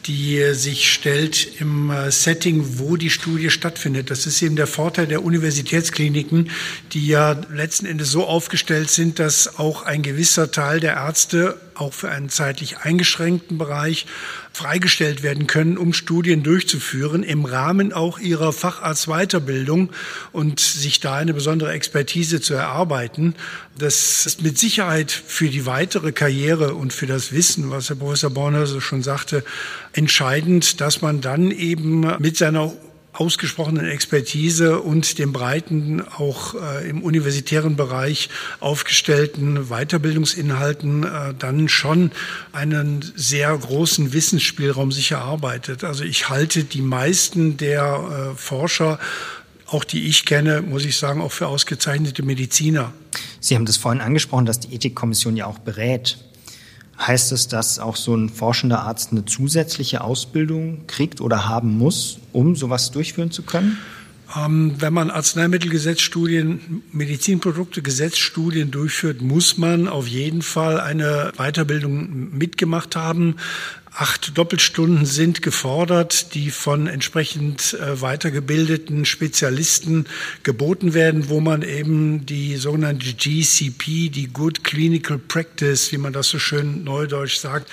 die sich stellt im Setting, wo die Studie stattfindet. Das ist eben der Vorteil der Universitätskliniken, die ja letzten Endes so aufgestellt sind, dass auch ein gewisser Teil der Ärzte auch für einen zeitlich eingeschränkten Bereich freigestellt werden können, um Studien durchzuführen, im Rahmen auch ihrer Facharztweiterbildung und sich da eine besondere Expertise zu erarbeiten. Das ist mit Sicherheit für die weitere Karriere und für das Wissen, was Herr Professor Bornhöser schon sagte, entscheidend, dass man dann eben mit seiner ausgesprochenen Expertise und dem breiten, auch äh, im universitären Bereich aufgestellten Weiterbildungsinhalten äh, dann schon einen sehr großen Wissensspielraum sich erarbeitet. Also ich halte die meisten der äh, Forscher, auch die ich kenne, muss ich sagen, auch für ausgezeichnete Mediziner. Sie haben das vorhin angesprochen, dass die Ethikkommission ja auch berät. Heißt es, dass auch so ein forschender Arzt eine zusätzliche Ausbildung kriegt oder haben muss, um sowas durchführen zu können? Ähm, wenn man Arzneimittelgesetzstudien, Medizinprodukte-Gesetzstudien durchführt, muss man auf jeden Fall eine Weiterbildung mitgemacht haben. Acht Doppelstunden sind gefordert, die von entsprechend äh, weitergebildeten Spezialisten geboten werden, wo man eben die sogenannte G C P, die Good Clinical Practice, wie man das so schön neudeutsch sagt,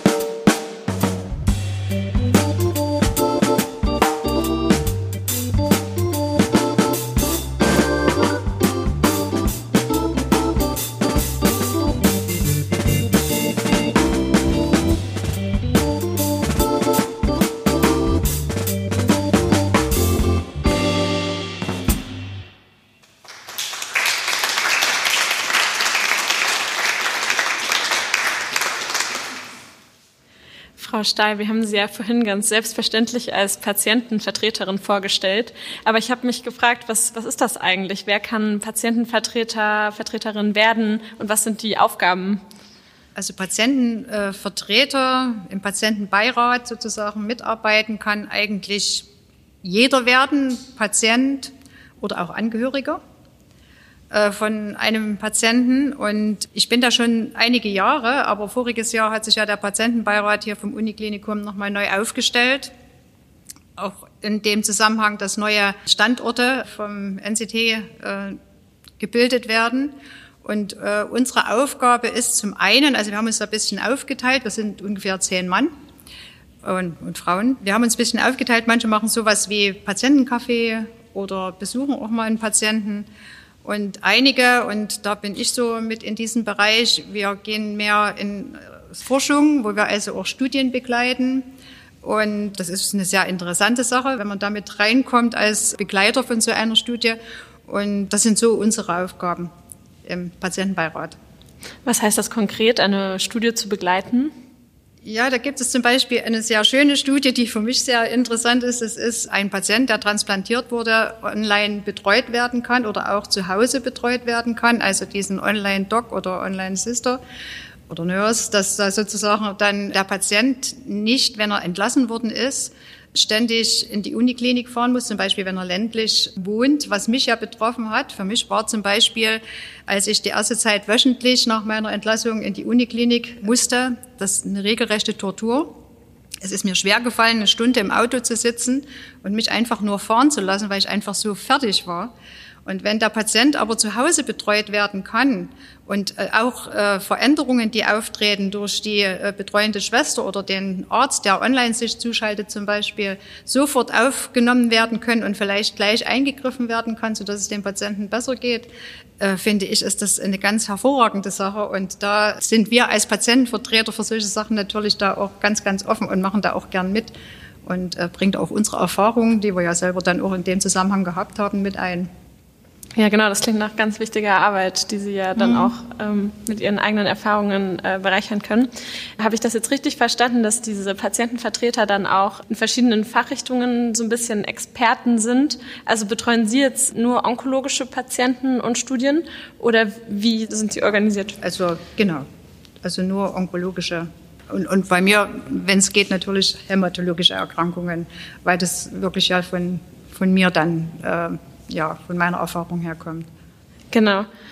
Frau Stahl, wir haben Sie ja vorhin ganz selbstverständlich als Patientenvertreterin vorgestellt. Aber ich habe mich gefragt, was, was ist das eigentlich? Wer kann Patientenvertreter, Vertreterin werden und was sind die Aufgaben? Also Patientenvertreter im Patientenbeirat sozusagen mitarbeiten kann eigentlich jeder werden, Patient oder auch Angehöriger von einem Patienten. Und ich bin da schon einige Jahre, aber voriges Jahr hat sich ja der Patientenbeirat hier vom Uniklinikum nochmal neu aufgestellt. Auch in dem Zusammenhang, dass neue Standorte vom N C T äh, gebildet werden. Und äh, unsere Aufgabe ist zum einen, also wir haben uns da ein bisschen aufgeteilt, wir sind ungefähr zehn Mann und, und Frauen. Wir haben uns ein bisschen aufgeteilt, manche machen sowas wie Patientencafé oder besuchen auch mal einen Patienten. Und einige, und da bin ich so mit in diesem Bereich, wir gehen mehr in Forschung, wo wir also auch Studien begleiten. Und das ist eine sehr interessante Sache, wenn man damit reinkommt als Begleiter von so einer Studie. Und das sind so unsere Aufgaben im Patientenbeirat. Was heißt das konkret, eine Studie zu begleiten? Ja, da gibt es zum Beispiel eine sehr schöne Studie, die für mich sehr interessant ist. Es ist ein Patient, der transplantiert wurde, online betreut werden kann oder auch zu Hause betreut werden kann, also diesen Online-Doc oder Online-Sister oder Nurse, dass da sozusagen dann der Patient nicht, wenn er entlassen worden ist, ständig in die Uniklinik fahren muss, zum Beispiel wenn er ländlich wohnt, was mich ja betroffen hat. Für mich war zum Beispiel, als ich die erste Zeit wöchentlich nach meiner Entlassung in die Uniklinik musste, das eine regelrechte Tortur. Es ist mir schwer gefallen, eine Stunde im Auto zu sitzen und mich einfach nur fahren zu lassen, weil ich einfach so fertig war. Und wenn der Patient aber zu Hause betreut werden kann und auch äh, Veränderungen, die auftreten durch die äh, betreuende Schwester oder den Arzt, der online sich zuschaltet zum Beispiel, sofort aufgenommen werden können und vielleicht gleich eingegriffen werden kann, sodass es dem Patienten besser geht, äh, finde ich, ist das eine ganz hervorragende Sache. Und da sind wir als Patientenvertreter für solche Sachen natürlich da auch ganz, ganz offen und machen da auch gern mit und äh, bringt auch unsere Erfahrungen, die wir ja selber dann auch in dem Zusammenhang gehabt haben, mit ein. Ja, genau, das klingt nach ganz wichtiger Arbeit, die Sie ja dann mhm. auch ähm, mit Ihren eigenen Erfahrungen äh, bereichern können. Habe ich das jetzt richtig verstanden, dass diese Patientenvertreter dann auch in verschiedenen Fachrichtungen so ein bisschen Experten sind? Also betreuen Sie jetzt nur onkologische Patienten und Studien oder wie sind Sie organisiert? Also genau, also nur onkologische und, und bei mir, wenn es geht, natürlich hämatologische Erkrankungen, weil das wirklich ja von, von mir dann äh, ja, von meiner Erfahrung herkommt. Genau.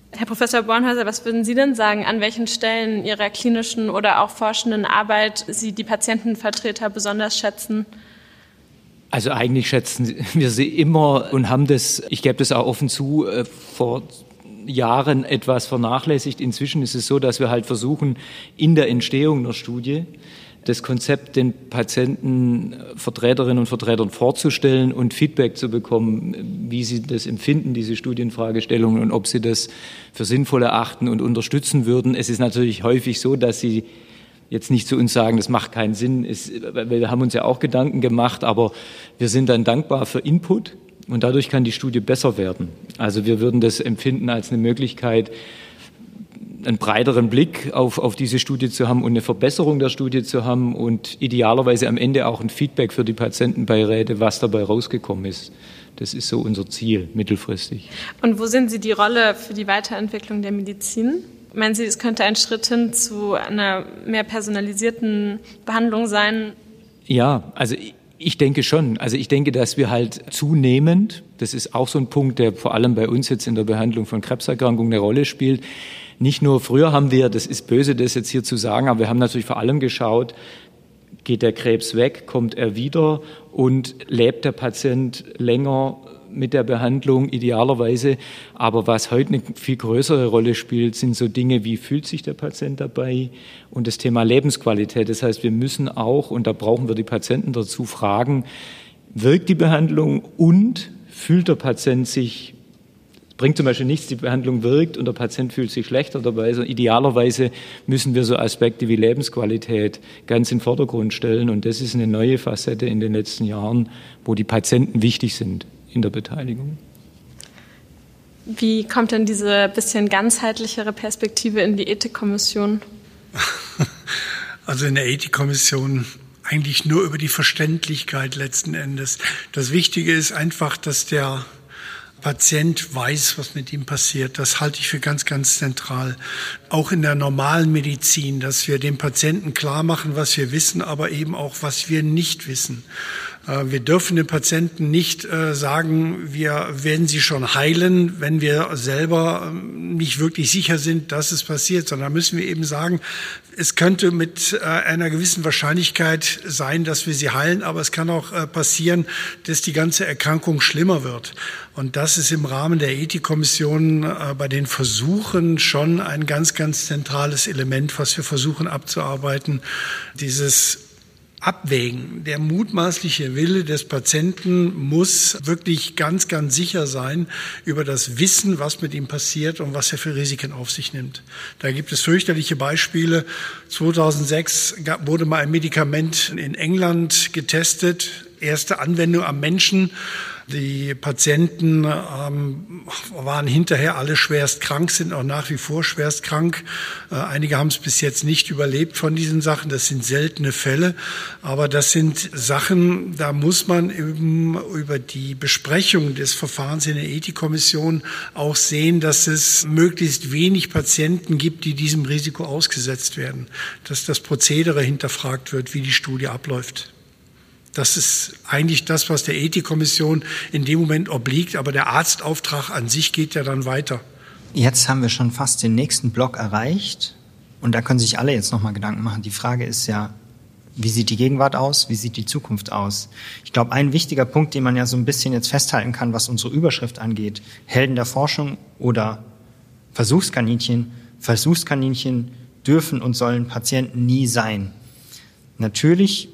Herr Professor Bornhäuser, was würden Sie denn sagen, an welchen Stellen Ihrer klinischen oder auch forschenden Arbeit Sie die Patientenvertreter besonders schätzen? Also eigentlich schätzen wir sie immer und haben das, ich gebe das auch offen zu, vor Jahren etwas vernachlässigt. Inzwischen ist es so, dass wir halt versuchen, in der Entstehung einer Studie das Konzept den Patienten, Vertreterinnen und Vertretern vorzustellen und Feedback zu bekommen, wie sie das empfinden, diese Studienfragestellungen, und ob sie das für sinnvoll erachten und unterstützen würden. Es ist natürlich häufig so, dass sie jetzt nicht zu uns sagen, das macht keinen Sinn. Es, wir haben uns ja auch Gedanken gemacht, aber wir sind dann dankbar für Input und dadurch kann die Studie besser werden. Also wir würden das empfinden als eine Möglichkeit, einen breiteren Blick auf, auf diese Studie zu haben und eine Verbesserung der Studie zu haben und idealerweise am Ende auch ein Feedback für die Patientenbeiräte, was dabei rausgekommen ist. Das ist so unser Ziel mittelfristig. Und wo sehen Sie die Rolle für die Weiterentwicklung der Medizin? Meinen Sie, es könnte ein Schritt hin zu einer mehr personalisierten Behandlung sein? Ja, also ich denke schon. Also ich denke, dass wir halt zunehmend, das ist auch so ein Punkt, der vor allem bei uns jetzt in der Behandlung von Krebserkrankungen eine Rolle spielt. Nicht nur früher haben wir, das ist böse, das jetzt hier zu sagen, aber wir haben natürlich vor allem geschaut, geht der Krebs weg, kommt er wieder und lebt der Patient länger mit der Behandlung idealerweise. Aber was heute eine viel größere Rolle spielt, sind so Dinge wie, fühlt sich der Patient dabei, und das Thema Lebensqualität. Das heißt, wir müssen auch, und da brauchen wir die Patienten dazu, fragen, wirkt die Behandlung und fühlt der Patient sich, bringt zum Beispiel nichts, die Behandlung wirkt und der Patient fühlt sich schlechter dabei. Also idealerweise müssen wir so Aspekte wie Lebensqualität ganz in den Vordergrund stellen. Und das ist eine neue Facette in den letzten Jahren, wo die Patienten wichtig sind in der Beteiligung. Wie kommt denn diese bisschen ganzheitlichere Perspektive in die Ethikkommission? Also in der Ethikkommission eigentlich nur über die Verständlichkeit letzten Endes. Das Wichtige ist einfach, dass der Patient weiß, was mit ihm passiert. Das halte ich für ganz, ganz zentral. Auch in der normalen Medizin, dass wir dem Patienten klar machen, was wir wissen, aber eben auch, was wir nicht wissen. Wir dürfen den Patienten nicht sagen, wir werden sie schon heilen, wenn wir selber nicht wirklich sicher sind, dass es passiert, sondern müssen wir eben sagen, es könnte mit einer gewissen Wahrscheinlichkeit sein, dass wir sie heilen, aber es kann auch passieren, dass die ganze Erkrankung schlimmer wird. Und das ist im Rahmen der Ethikkommission bei den Versuchen schon ein ganz, ganz zentrales Element, was wir versuchen abzuarbeiten, dieses Abwägen. Der mutmaßliche Wille des Patienten muss wirklich ganz, ganz sicher sein über das Wissen, was mit ihm passiert und was er für Risiken auf sich nimmt. Da gibt es fürchterliche Beispiele. zweitausendsechs wurde mal ein Medikament in England getestet, erste Anwendung am Menschen. Die Patienten ähm, waren hinterher alle schwerst krank, sind auch nach wie vor schwerst krank. Äh, einige haben es bis jetzt nicht überlebt von diesen Sachen. Das sind seltene Fälle. Aber das sind Sachen, da muss man eben über die Besprechung des Verfahrens in der Ethikkommission auch sehen, dass es möglichst wenig Patienten gibt, die diesem Risiko ausgesetzt werden. Dass das Prozedere hinterfragt wird, wie die Studie abläuft. Das ist eigentlich das, was der Ethikkommission in dem Moment obliegt, aber der Arztauftrag an sich geht ja dann weiter. Jetzt haben wir schon fast den nächsten Block erreicht und da können sich alle jetzt nochmal Gedanken machen. Die Frage ist ja, wie sieht die Gegenwart aus, wie sieht die Zukunft aus? Ich glaube, ein wichtiger Punkt, den man ja so ein bisschen jetzt festhalten kann, was unsere Überschrift angeht, Helden der Forschung oder Versuchskaninchen. Versuchskaninchen dürfen und sollen Patienten nie sein. Natürlich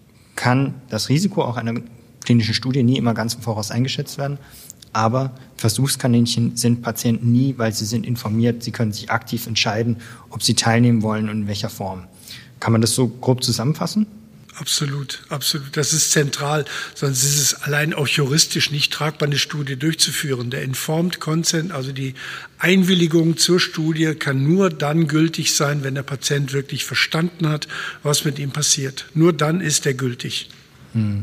kann das Risiko auch einer klinischen Studie nie immer ganz im Voraus eingeschätzt werden. Aber Versuchskaninchen sind Patienten nie, weil sie sind informiert. Sie können sich aktiv entscheiden, ob sie teilnehmen wollen und in welcher Form. Kann man das so grob zusammenfassen? Absolut, absolut. Das ist zentral. Sonst ist es allein auch juristisch nicht tragbar, eine Studie durchzuführen. Der Informed Consent, also die Einwilligung zur Studie, kann nur dann gültig sein, wenn der Patient wirklich verstanden hat, was mit ihm passiert. Nur dann ist er gültig. Hm.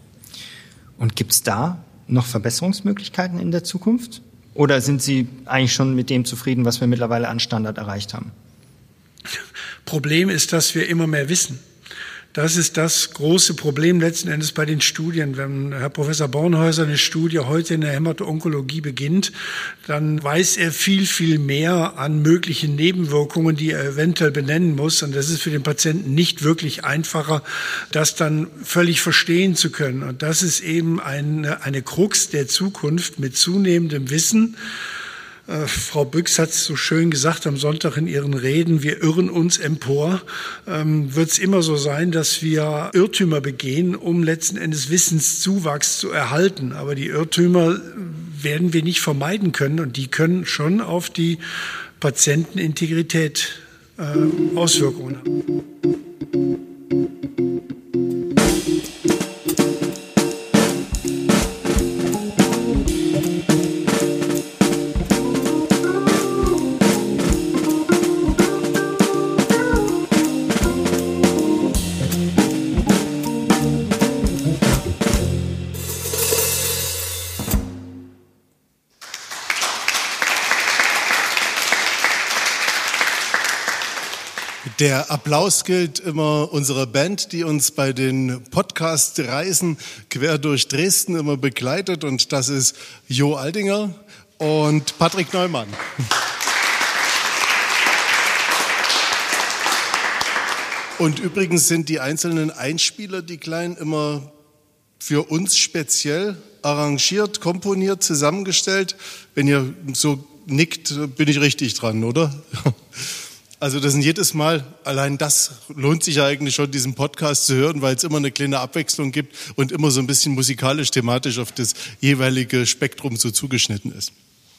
Und gibt es da noch Verbesserungsmöglichkeiten in der Zukunft? Oder sind Sie eigentlich schon mit dem zufrieden, was wir mittlerweile an Standard erreicht haben? Problem ist, dass wir immer mehr wissen. Das ist das große Problem letzten Endes bei den Studien. Wenn Herr Professor Bornhäuser eine Studie heute in der Hämato-Onkologie beginnt, dann weiß er viel, viel mehr an möglichen Nebenwirkungen, die er eventuell benennen muss. Und das ist für den Patienten nicht wirklich einfacher, das dann völlig verstehen zu können. Und das ist eben eine, eine Krux der Zukunft mit zunehmendem Wissen. Äh, Frau Büchs hat es so schön gesagt am Sonntag in ihren Reden, wir irren uns empor. Ähm, wird es immer so sein, dass wir Irrtümer begehen, um letzten Endes Wissenszuwachs zu erhalten. Aber die Irrtümer werden wir nicht vermeiden können und die können schon auf die Patientenintegrität äh, Auswirkungen haben. Der Applaus gilt immer unserer Band, die uns bei den Podcast-Reisen quer durch Dresden immer begleitet. Und das ist Jo Aldinger und Patrick Neumann. Und übrigens sind die einzelnen Einspieler, die kleinen, immer für uns speziell arrangiert, komponiert, zusammengestellt. Wenn ihr so nickt, bin ich richtig dran, oder? Also das sind jedes Mal, allein das lohnt sich ja eigentlich schon, diesen Podcast zu hören, weil es immer eine kleine Abwechslung gibt und immer so ein bisschen musikalisch, thematisch auf das jeweilige Spektrum so zugeschnitten ist.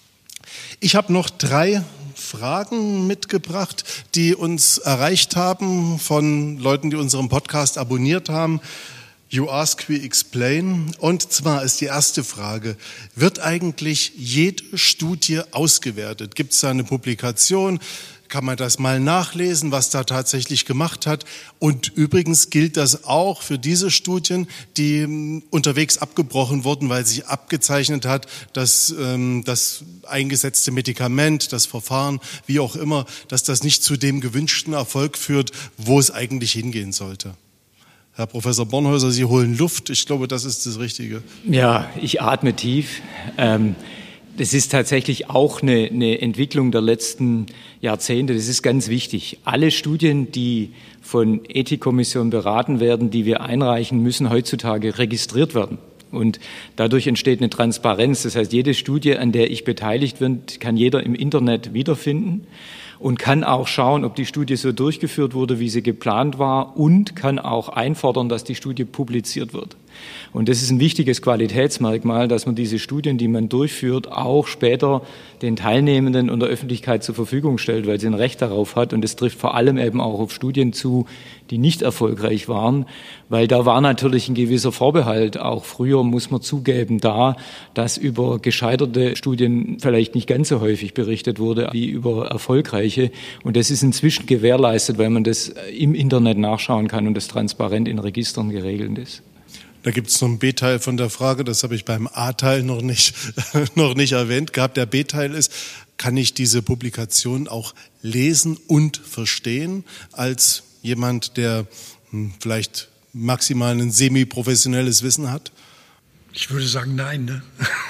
Ich habe noch drei Fragen mitgebracht, die uns erreicht haben von Leuten, die unseren Podcast abonniert haben. You Ask, We Explain. Und zwar ist die erste Frage, wird eigentlich jede Studie ausgewertet? Gibt es da eine Publikation? Kann man das mal nachlesen, was da tatsächlich gemacht hat? Und übrigens gilt das auch für diese Studien, die unterwegs abgebrochen wurden, weil sich abgezeichnet hat, dass ähm, das eingesetzte Medikament, das Verfahren, wie auch immer, dass das nicht zu dem gewünschten Erfolg führt, wo es eigentlich hingehen sollte. Herr Professor Bornhäuser, Sie holen Luft. Ich glaube, das ist das Richtige. Ja, ich atme tief. Ähm Das ist tatsächlich auch eine, eine Entwicklung der letzten Jahrzehnte. Das ist ganz wichtig. Alle Studien, die von Ethikkommissionen beraten werden, die wir einreichen, müssen heutzutage registriert werden. Und dadurch entsteht eine Transparenz. Das heißt, jede Studie, an der ich beteiligt bin, kann jeder im Internet wiederfinden und kann auch schauen, ob die Studie so durchgeführt wurde, wie sie geplant war, und kann auch einfordern, dass die Studie publiziert wird. Und das ist ein wichtiges Qualitätsmerkmal, dass man diese Studien, die man durchführt, auch später den Teilnehmenden und der Öffentlichkeit zur Verfügung stellt, weil sie ein Recht darauf hat. Und das trifft vor allem eben auch auf Studien zu, die nicht erfolgreich waren, weil da war natürlich ein gewisser Vorbehalt. Auch früher, muss man zugeben, da, dass über gescheiterte Studien vielleicht nicht ganz so häufig berichtet wurde wie über erfolgreiche. Und das ist inzwischen gewährleistet, weil man das im Internet nachschauen kann und das transparent in Registern geregelt ist. Da gibt es noch einen B-Teil von der Frage, das habe ich beim A-Teil noch nicht, noch nicht erwähnt gehabt. Der B-Teil ist, kann ich diese Publikation auch lesen und verstehen als jemand, der hm, vielleicht maximal ein semi-professionelles Wissen hat? Ich würde sagen, nein. Ne?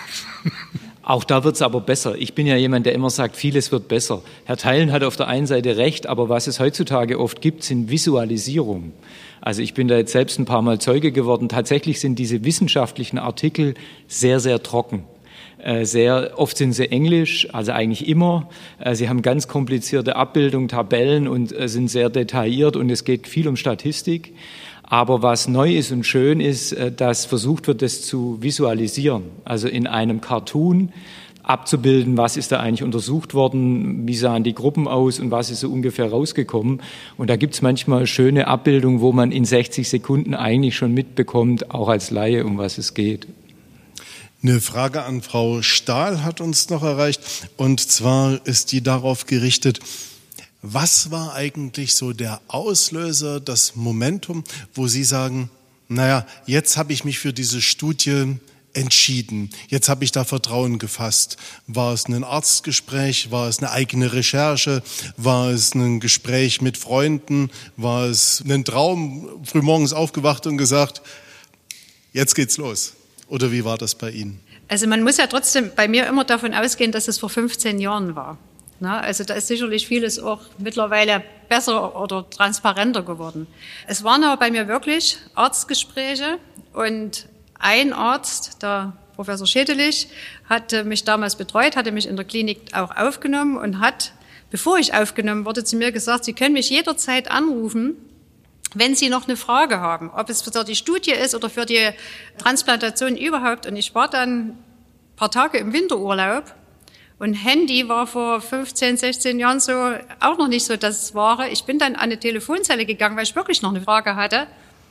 Auch da wird es aber besser. Ich bin ja jemand, der immer sagt, vieles wird besser. Herr Theilen hat auf der einen Seite recht, aber was es heutzutage oft gibt, sind Visualisierungen. Also ich bin da jetzt selbst ein paar Mal Zeuge geworden. Tatsächlich sind diese wissenschaftlichen Artikel sehr, sehr trocken. Sehr oft sind sie englisch, also eigentlich immer. Sie haben ganz komplizierte Abbildungen, Tabellen und sind sehr detailliert und es geht viel um Statistik. Aber was neu ist und schön ist, dass versucht wird, das zu visualisieren. Also in einem Cartoon abzubilden, was ist da eigentlich untersucht worden, wie sahen die Gruppen aus und was ist so ungefähr rausgekommen. Und da gibt es manchmal schöne Abbildungen, wo man in sechzig Sekunden eigentlich schon mitbekommt, auch als Laie, um was es geht. Eine Frage an Frau Stahl hat uns noch erreicht, und zwar ist die darauf gerichtet: Was war eigentlich so der Auslöser, das Momentum, wo Sie sagen, naja, jetzt habe ich mich für diese Studie entschieden? Jetzt habe ich da Vertrauen gefasst. War es ein Arztgespräch? War es eine eigene Recherche? War es ein Gespräch mit Freunden? War es ein Traum, frühmorgens aufgewacht und gesagt, jetzt geht's los? Oder wie war das bei Ihnen? Also man muss ja trotzdem bei mir immer davon ausgehen, dass es vor fünfzehn Jahren war. Na, also da ist sicherlich vieles auch mittlerweile besser oder transparenter geworden. Es waren aber bei mir wirklich Arztgespräche und ein Arzt, der Professor Schädelich, hatte mich damals betreut, hatte mich in der Klinik auch aufgenommen und hat, bevor ich aufgenommen wurde, zu mir gesagt, Sie können mich jederzeit anrufen, wenn Sie noch eine Frage haben, ob es für die Studie ist oder für die Transplantation überhaupt. Und ich war dann ein paar Tage im Winterurlaub und Handy war vor fünfzehn, sechzehn Jahren so auch noch nicht so das Wahre. Ich bin dann an eine Telefonzelle gegangen, weil ich wirklich noch eine Frage hatte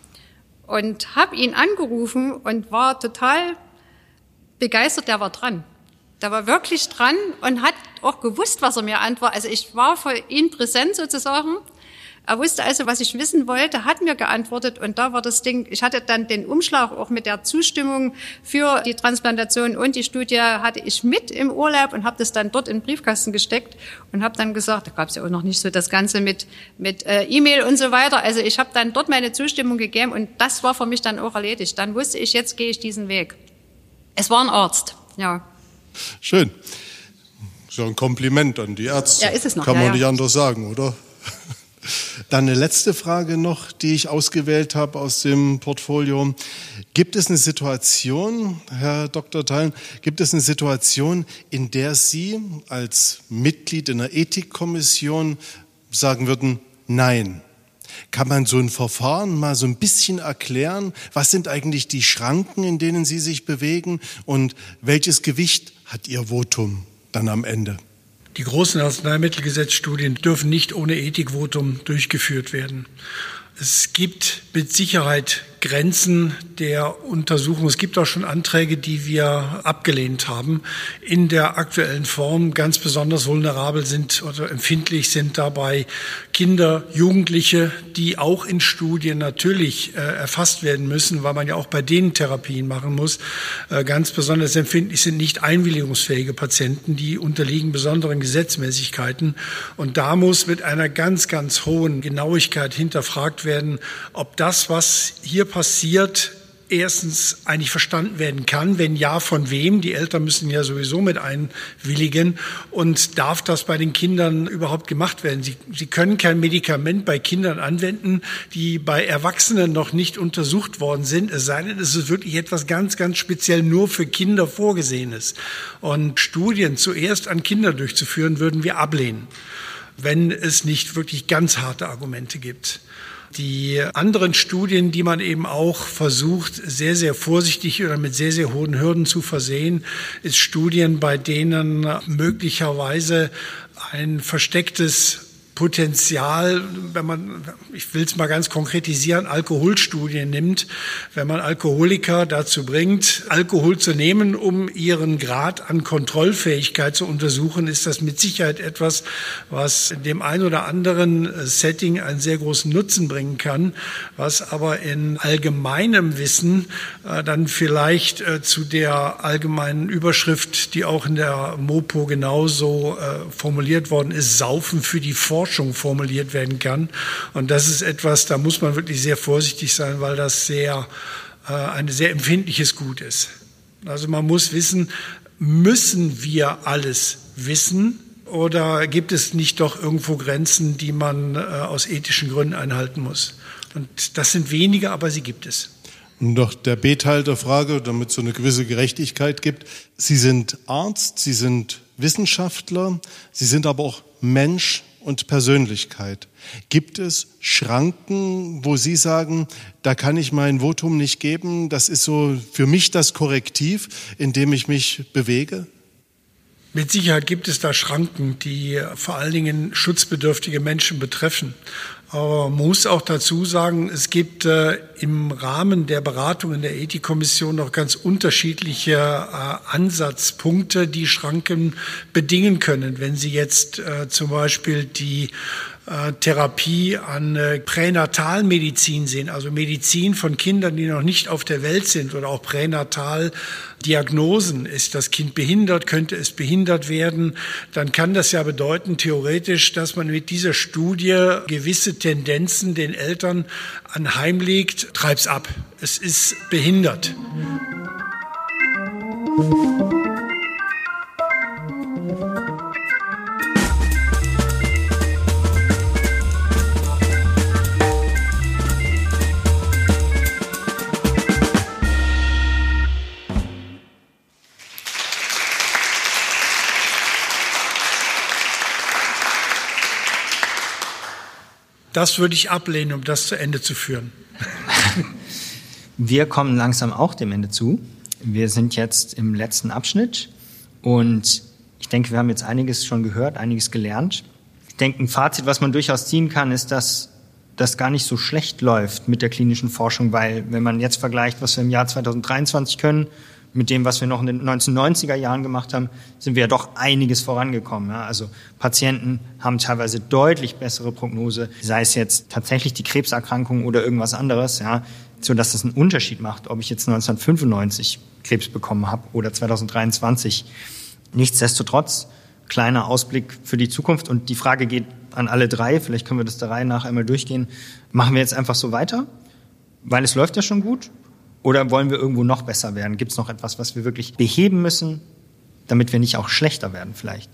und habe ihn angerufen und war total begeistert, der war dran. Der war wirklich dran und hat auch gewusst, was er mir antwortet. Also ich war für ihn präsent sozusagen. Er wusste also, was ich wissen wollte, hat mir geantwortet und da war das Ding, ich hatte dann den Umschlag auch mit der Zustimmung für die Transplantation und die Studie hatte ich mit im Urlaub und habe das dann dort in den Briefkasten gesteckt und habe dann gesagt, da gab es ja auch noch nicht so das Ganze mit mit äh, E-Mail und so weiter, also ich habe dann dort meine Zustimmung gegeben und das war für mich dann auch erledigt. Dann wusste ich, jetzt gehe ich diesen Weg. Es war ein Arzt, ja. Schön. So ein Kompliment an die Ärzte. Ja, ist es noch. Kann man ja, nicht ja. anders sagen, oder? Dann eine letzte Frage noch, die ich ausgewählt habe aus dem Portfolio. Gibt es eine Situation, Herr Doktor Theilen, gibt es eine Situation, in der Sie als Mitglied in einer Ethikkommission sagen würden, nein? Kann man so ein Verfahren mal so ein bisschen erklären? Was sind eigentlich die Schranken, in denen Sie sich bewegen? Und welches Gewicht hat Ihr Votum dann am Ende? Die großen Arzneimittelgesetzstudien dürfen nicht ohne Ethikvotum durchgeführt werden. Es gibt mit Sicherheit Grenzen der Untersuchung. Es gibt auch schon Anträge, die wir abgelehnt haben. In der aktuellen Form ganz besonders vulnerabel sind oder empfindlich sind dabei Kinder, Jugendliche, die auch in Studien natürlich äh, erfasst werden müssen, weil man ja auch bei denen Therapien machen muss. Äh, ganz besonders empfindlich sind nicht einwilligungsfähige Patienten, die unterliegen besonderen Gesetzmäßigkeiten. Und da muss mit einer ganz, ganz hohen Genauigkeit hinterfragt werden, ob das, was hier passiert, erstens eigentlich verstanden werden kann, wenn ja, von wem. Die Eltern müssen ja sowieso mit einwilligen. Und darf das bei den Kindern überhaupt gemacht werden? Sie, sie können kein Medikament bei Kindern anwenden, die bei Erwachsenen noch nicht untersucht worden sind, es sei denn, es ist wirklich etwas ganz, ganz speziell nur für Kinder vorgesehenes. Und Studien zuerst an Kinder durchzuführen, würden wir ablehnen, wenn es nicht wirklich ganz harte Argumente gibt. Die anderen Studien, die man eben auch versucht, sehr, sehr vorsichtig oder mit sehr, sehr hohen Hürden zu versehen, ist Studien, bei denen möglicherweise ein verstecktes Potenzial, wenn man, ich will es mal ganz konkretisieren, Alkoholstudien nimmt, wenn man Alkoholiker dazu bringt, Alkohol zu nehmen, um ihren Grad an Kontrollfähigkeit zu untersuchen, ist das mit Sicherheit etwas, was dem ein oder anderen Setting einen sehr großen Nutzen bringen kann, was aber in allgemeinem Wissen äh, dann vielleicht äh, zu der allgemeinen Überschrift, die auch in der Mopo genauso äh, formuliert worden ist, Saufen für die Forschung formuliert werden kann. Und das ist etwas, da muss man wirklich sehr vorsichtig sein, weil das sehr, äh, ein sehr empfindliches Gut ist. Also man muss wissen, müssen wir alles wissen oder gibt es nicht doch irgendwo Grenzen, die man äh, aus ethischen Gründen einhalten muss? Und das sind wenige, aber sie gibt es. Und noch der B-Teil der Frage, damit es so eine gewisse Gerechtigkeit gibt. Sie sind Arzt, Sie sind Wissenschaftler, Sie sind aber auch Mensch und Persönlichkeit. Gibt es Schranken, wo Sie sagen, da kann ich mein Votum nicht geben, das ist so für mich das Korrektiv, in dem ich mich bewege? Mit Sicherheit gibt es da Schranken, die vor allen Dingen schutzbedürftige Menschen betreffen. Aber man muss auch dazu sagen, es gibt äh, im Rahmen der Beratung in der Ethikkommission noch ganz unterschiedliche äh, Ansatzpunkte, die Schranken bedingen können. Wenn Sie jetzt äh, zum Beispiel die äh, Therapie an äh, Pränatalmedizin sehen, also Medizin von Kindern, die noch nicht auf der Welt sind, oder auch Pränataldiagnosen, ist das Kind behindert, könnte es behindert werden, dann kann das ja bedeuten, theoretisch, dass man mit dieser Studie gewisse Tendenzen den Eltern anheimlegt, treib's ab, es ist behindert. Das würde ich ablehnen, um das zu Ende zu führen. Wir kommen langsam auch dem Ende zu. Wir sind jetzt im letzten Abschnitt und ich denke, wir haben jetzt einiges schon gehört, einiges gelernt. Ich denke, ein Fazit, was man durchaus ziehen kann, ist, dass das gar nicht so schlecht läuft mit der klinischen Forschung, weil wenn man jetzt vergleicht, was wir im Jahr zwanzig dreiundzwanzig können, mit dem, was wir noch in den neunzehnhundertneunziger Jahren gemacht haben, sind wir ja doch einiges vorangekommen. Ja? Also Patienten haben teilweise deutlich bessere Prognose, sei es jetzt tatsächlich die Krebserkrankung oder irgendwas anderes, ja, so dass das einen Unterschied macht, ob ich jetzt neunzehnhundertfünfundneunzig Krebs bekommen habe oder zwanzig dreiundzwanzig. Nichtsdestotrotz, kleiner Ausblick für die Zukunft und die Frage geht an alle drei, vielleicht können wir das der Reihe nach einmal durchgehen. Machen wir jetzt einfach so weiter, weil es läuft ja schon gut? Oder wollen wir irgendwo noch besser werden? Gibt es noch etwas, was wir wirklich beheben müssen, damit wir nicht auch schlechter werden vielleicht?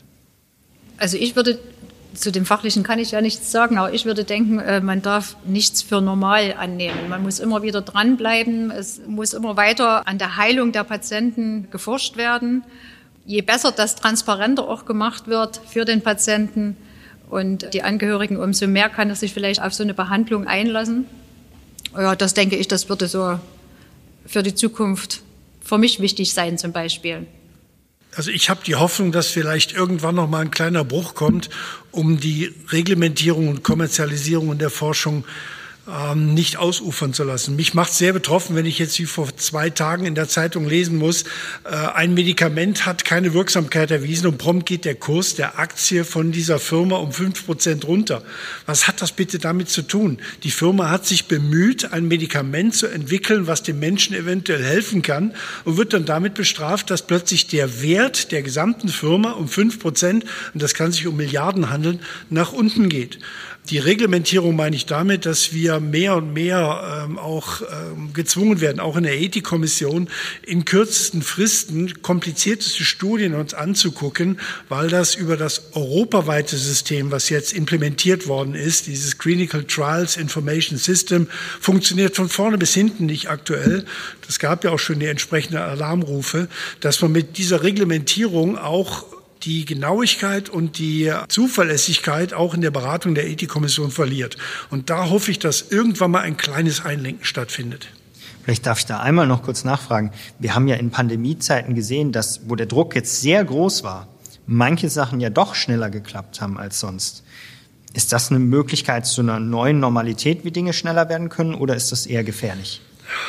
Also ich würde, zu dem Fachlichen kann ich ja nichts sagen, aber ich würde denken, man darf nichts für normal annehmen. Man muss immer wieder dranbleiben. Es muss immer weiter an der Heilung der Patienten geforscht werden. Je besser das transparenter auch gemacht wird für den Patienten und die Angehörigen, umso mehr kann er sich vielleicht auf so eine Behandlung einlassen. Ja, das denke ich, das würde so für die Zukunft für mich wichtig sein zum Beispiel. Also ich habe die Hoffnung, dass vielleicht irgendwann noch mal ein kleiner Bruch kommt, um die Reglementierung und Kommerzialisierung in der Forschung ähm, nicht ausufern zu lassen. Mich macht es sehr betroffen, wenn ich jetzt wie vor zwei Tagen in der Zeitung lesen muss, äh, ein Medikament hat keine Wirksamkeit erwiesen und prompt geht der Kurs der Aktie von dieser Firma um fünf Prozent runter. Was hat das bitte damit zu tun? Die Firma hat sich bemüht, ein Medikament zu entwickeln, was dem Menschen eventuell helfen kann und wird dann damit bestraft, dass plötzlich der Wert der gesamten Firma um fünf Prozent, und das kann sich um Milliarden handeln, nach unten geht. Die Reglementierung meine ich damit, dass wir mehr und mehr ähm, auch ähm, gezwungen werden, auch in der Ethikkommission, in kürzesten Fristen komplizierteste Studien uns anzugucken, weil das über das europaweite System, was jetzt implementiert worden ist, dieses Clinical Trials Information System, funktioniert von vorne bis hinten nicht aktuell. Das gab ja auch schon die entsprechenden Alarmrufe, dass man mit dieser Reglementierung auch die Genauigkeit und die Zuverlässigkeit auch in der Beratung der Ethikkommission verliert. Und da hoffe ich, dass irgendwann mal ein kleines Einlenken stattfindet. Vielleicht darf ich da einmal noch kurz nachfragen. Wir haben ja in Pandemiezeiten gesehen, dass, wo der Druck jetzt sehr groß war, manche Sachen ja doch schneller geklappt haben als sonst. Ist das eine Möglichkeit zu einer neuen Normalität, wie Dinge schneller werden können, oder ist das eher gefährlich?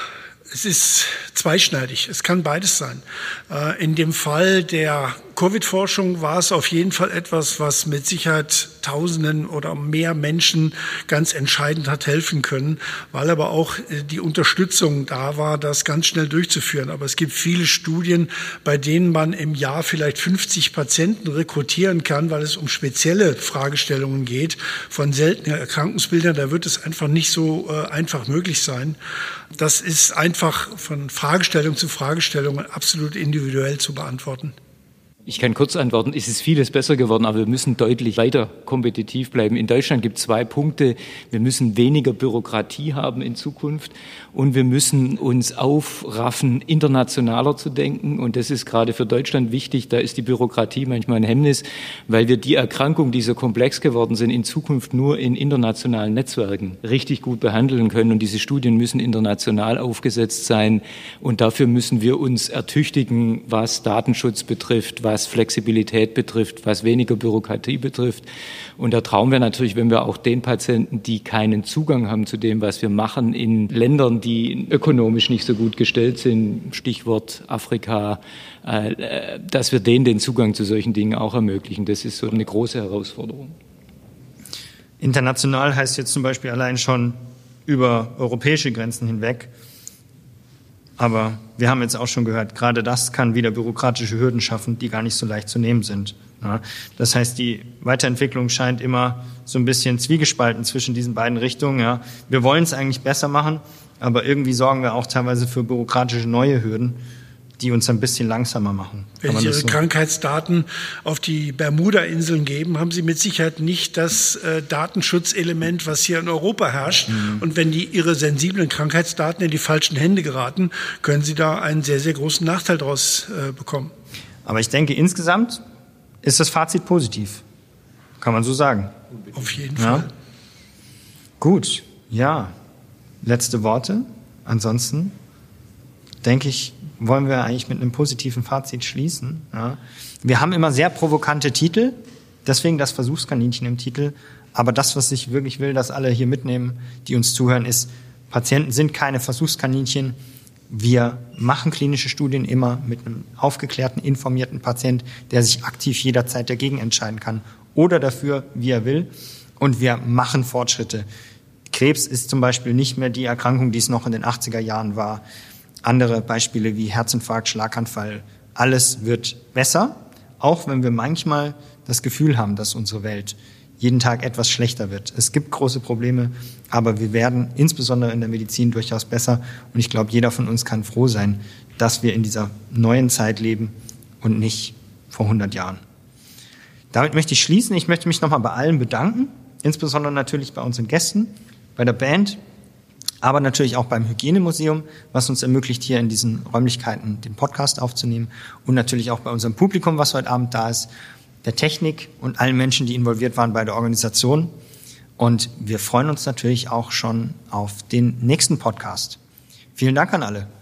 Es ist zweischneidig. Es kann beides sein. In dem Fall der Covid-Forschung war es auf jeden Fall etwas, was mit Sicherheit Tausenden oder mehr Menschen ganz entscheidend hat helfen können, weil aber auch die Unterstützung da war, das ganz schnell durchzuführen. Aber es gibt viele Studien, bei denen man im Jahr vielleicht fünfzig Patienten rekrutieren kann, weil es um spezielle Fragestellungen geht, von seltenen Erkrankungsbildern. Da wird es einfach nicht so einfach möglich sein. Das ist einfach von Fragestellung zu Fragestellung absolut individuell zu beantworten. Ich kann kurz antworten, es ist vieles besser geworden, aber wir müssen deutlich weiter kompetitiv bleiben. In Deutschland gibt es zwei Punkte. Wir müssen weniger Bürokratie haben in Zukunft und wir müssen uns aufraffen, internationaler zu denken. Und das ist gerade für Deutschland wichtig. Da ist die Bürokratie manchmal ein Hemmnis, weil wir die Erkrankungen, die so komplex geworden sind, in Zukunft nur in internationalen Netzwerken richtig gut behandeln können. Und diese Studien müssen international aufgesetzt sein. Und dafür müssen wir uns ertüchtigen, was Datenschutz betrifft, was was Flexibilität betrifft, was weniger Bürokratie betrifft. Und da trauen wir natürlich, wenn wir auch den Patienten, die keinen Zugang haben zu dem, was wir machen, in Ländern, die ökonomisch nicht so gut gestellt sind, Stichwort Afrika, äh, dass wir denen den Zugang zu solchen Dingen auch ermöglichen. Das ist so eine große Herausforderung. International heißt jetzt zum Beispiel allein schon über europäische Grenzen hinweg. Aber wir haben jetzt auch schon gehört, gerade das kann wieder bürokratische Hürden schaffen, die gar nicht so leicht zu nehmen sind. Ja, das heißt, die Weiterentwicklung scheint immer so ein bisschen zwiegespalten zwischen diesen beiden Richtungen. Ja, wir wollen es eigentlich besser machen, aber irgendwie sorgen wir auch teilweise für bürokratische neue Hürden, die uns ein bisschen langsamer machen. Wenn Sie Ihre so Krankheitsdaten auf die Bermuda-Inseln geben, haben Sie mit Sicherheit nicht das äh, Datenschutzelement, was hier in Europa herrscht. Mhm. Und wenn die Ihre sensiblen Krankheitsdaten in die falschen Hände geraten, können Sie da einen sehr, sehr großen Nachteil daraus äh, bekommen. Aber ich denke, insgesamt ist das Fazit positiv. Kann man so sagen. Auf jeden ja. Fall. Gut, ja. Letzte Worte. Ansonsten denke ich, wollen wir eigentlich mit einem positiven Fazit schließen. Ja. Wir haben immer sehr provokante Titel, deswegen das Versuchskaninchen im Titel. Aber das, was ich wirklich will, dass alle hier mitnehmen, die uns zuhören, ist, Patienten sind keine Versuchskaninchen. Wir machen klinische Studien immer mit einem aufgeklärten, informierten Patient, der sich aktiv jederzeit dagegen entscheiden kann oder dafür, wie er will. Und wir machen Fortschritte. Krebs ist zum Beispiel nicht mehr die Erkrankung, die es noch in den achtziger Jahren war. Andere Beispiele wie Herzinfarkt, Schlaganfall, alles wird besser, auch wenn wir manchmal das Gefühl haben, dass unsere Welt jeden Tag etwas schlechter wird. Es gibt große Probleme, aber wir werden insbesondere in der Medizin durchaus besser. Und ich glaube, jeder von uns kann froh sein, dass wir in dieser neuen Zeit leben und nicht vor hundert Jahren. Damit möchte ich schließen. Ich möchte mich nochmal bei allen bedanken, insbesondere natürlich bei unseren Gästen, bei der Band, aber natürlich auch beim Hygienemuseum, was uns ermöglicht, hier in diesen Räumlichkeiten den Podcast aufzunehmen und natürlich auch bei unserem Publikum, was heute Abend da ist, der Technik und allen Menschen, die involviert waren bei der Organisation. Und wir freuen uns natürlich auch schon auf den nächsten Podcast. Vielen Dank an alle.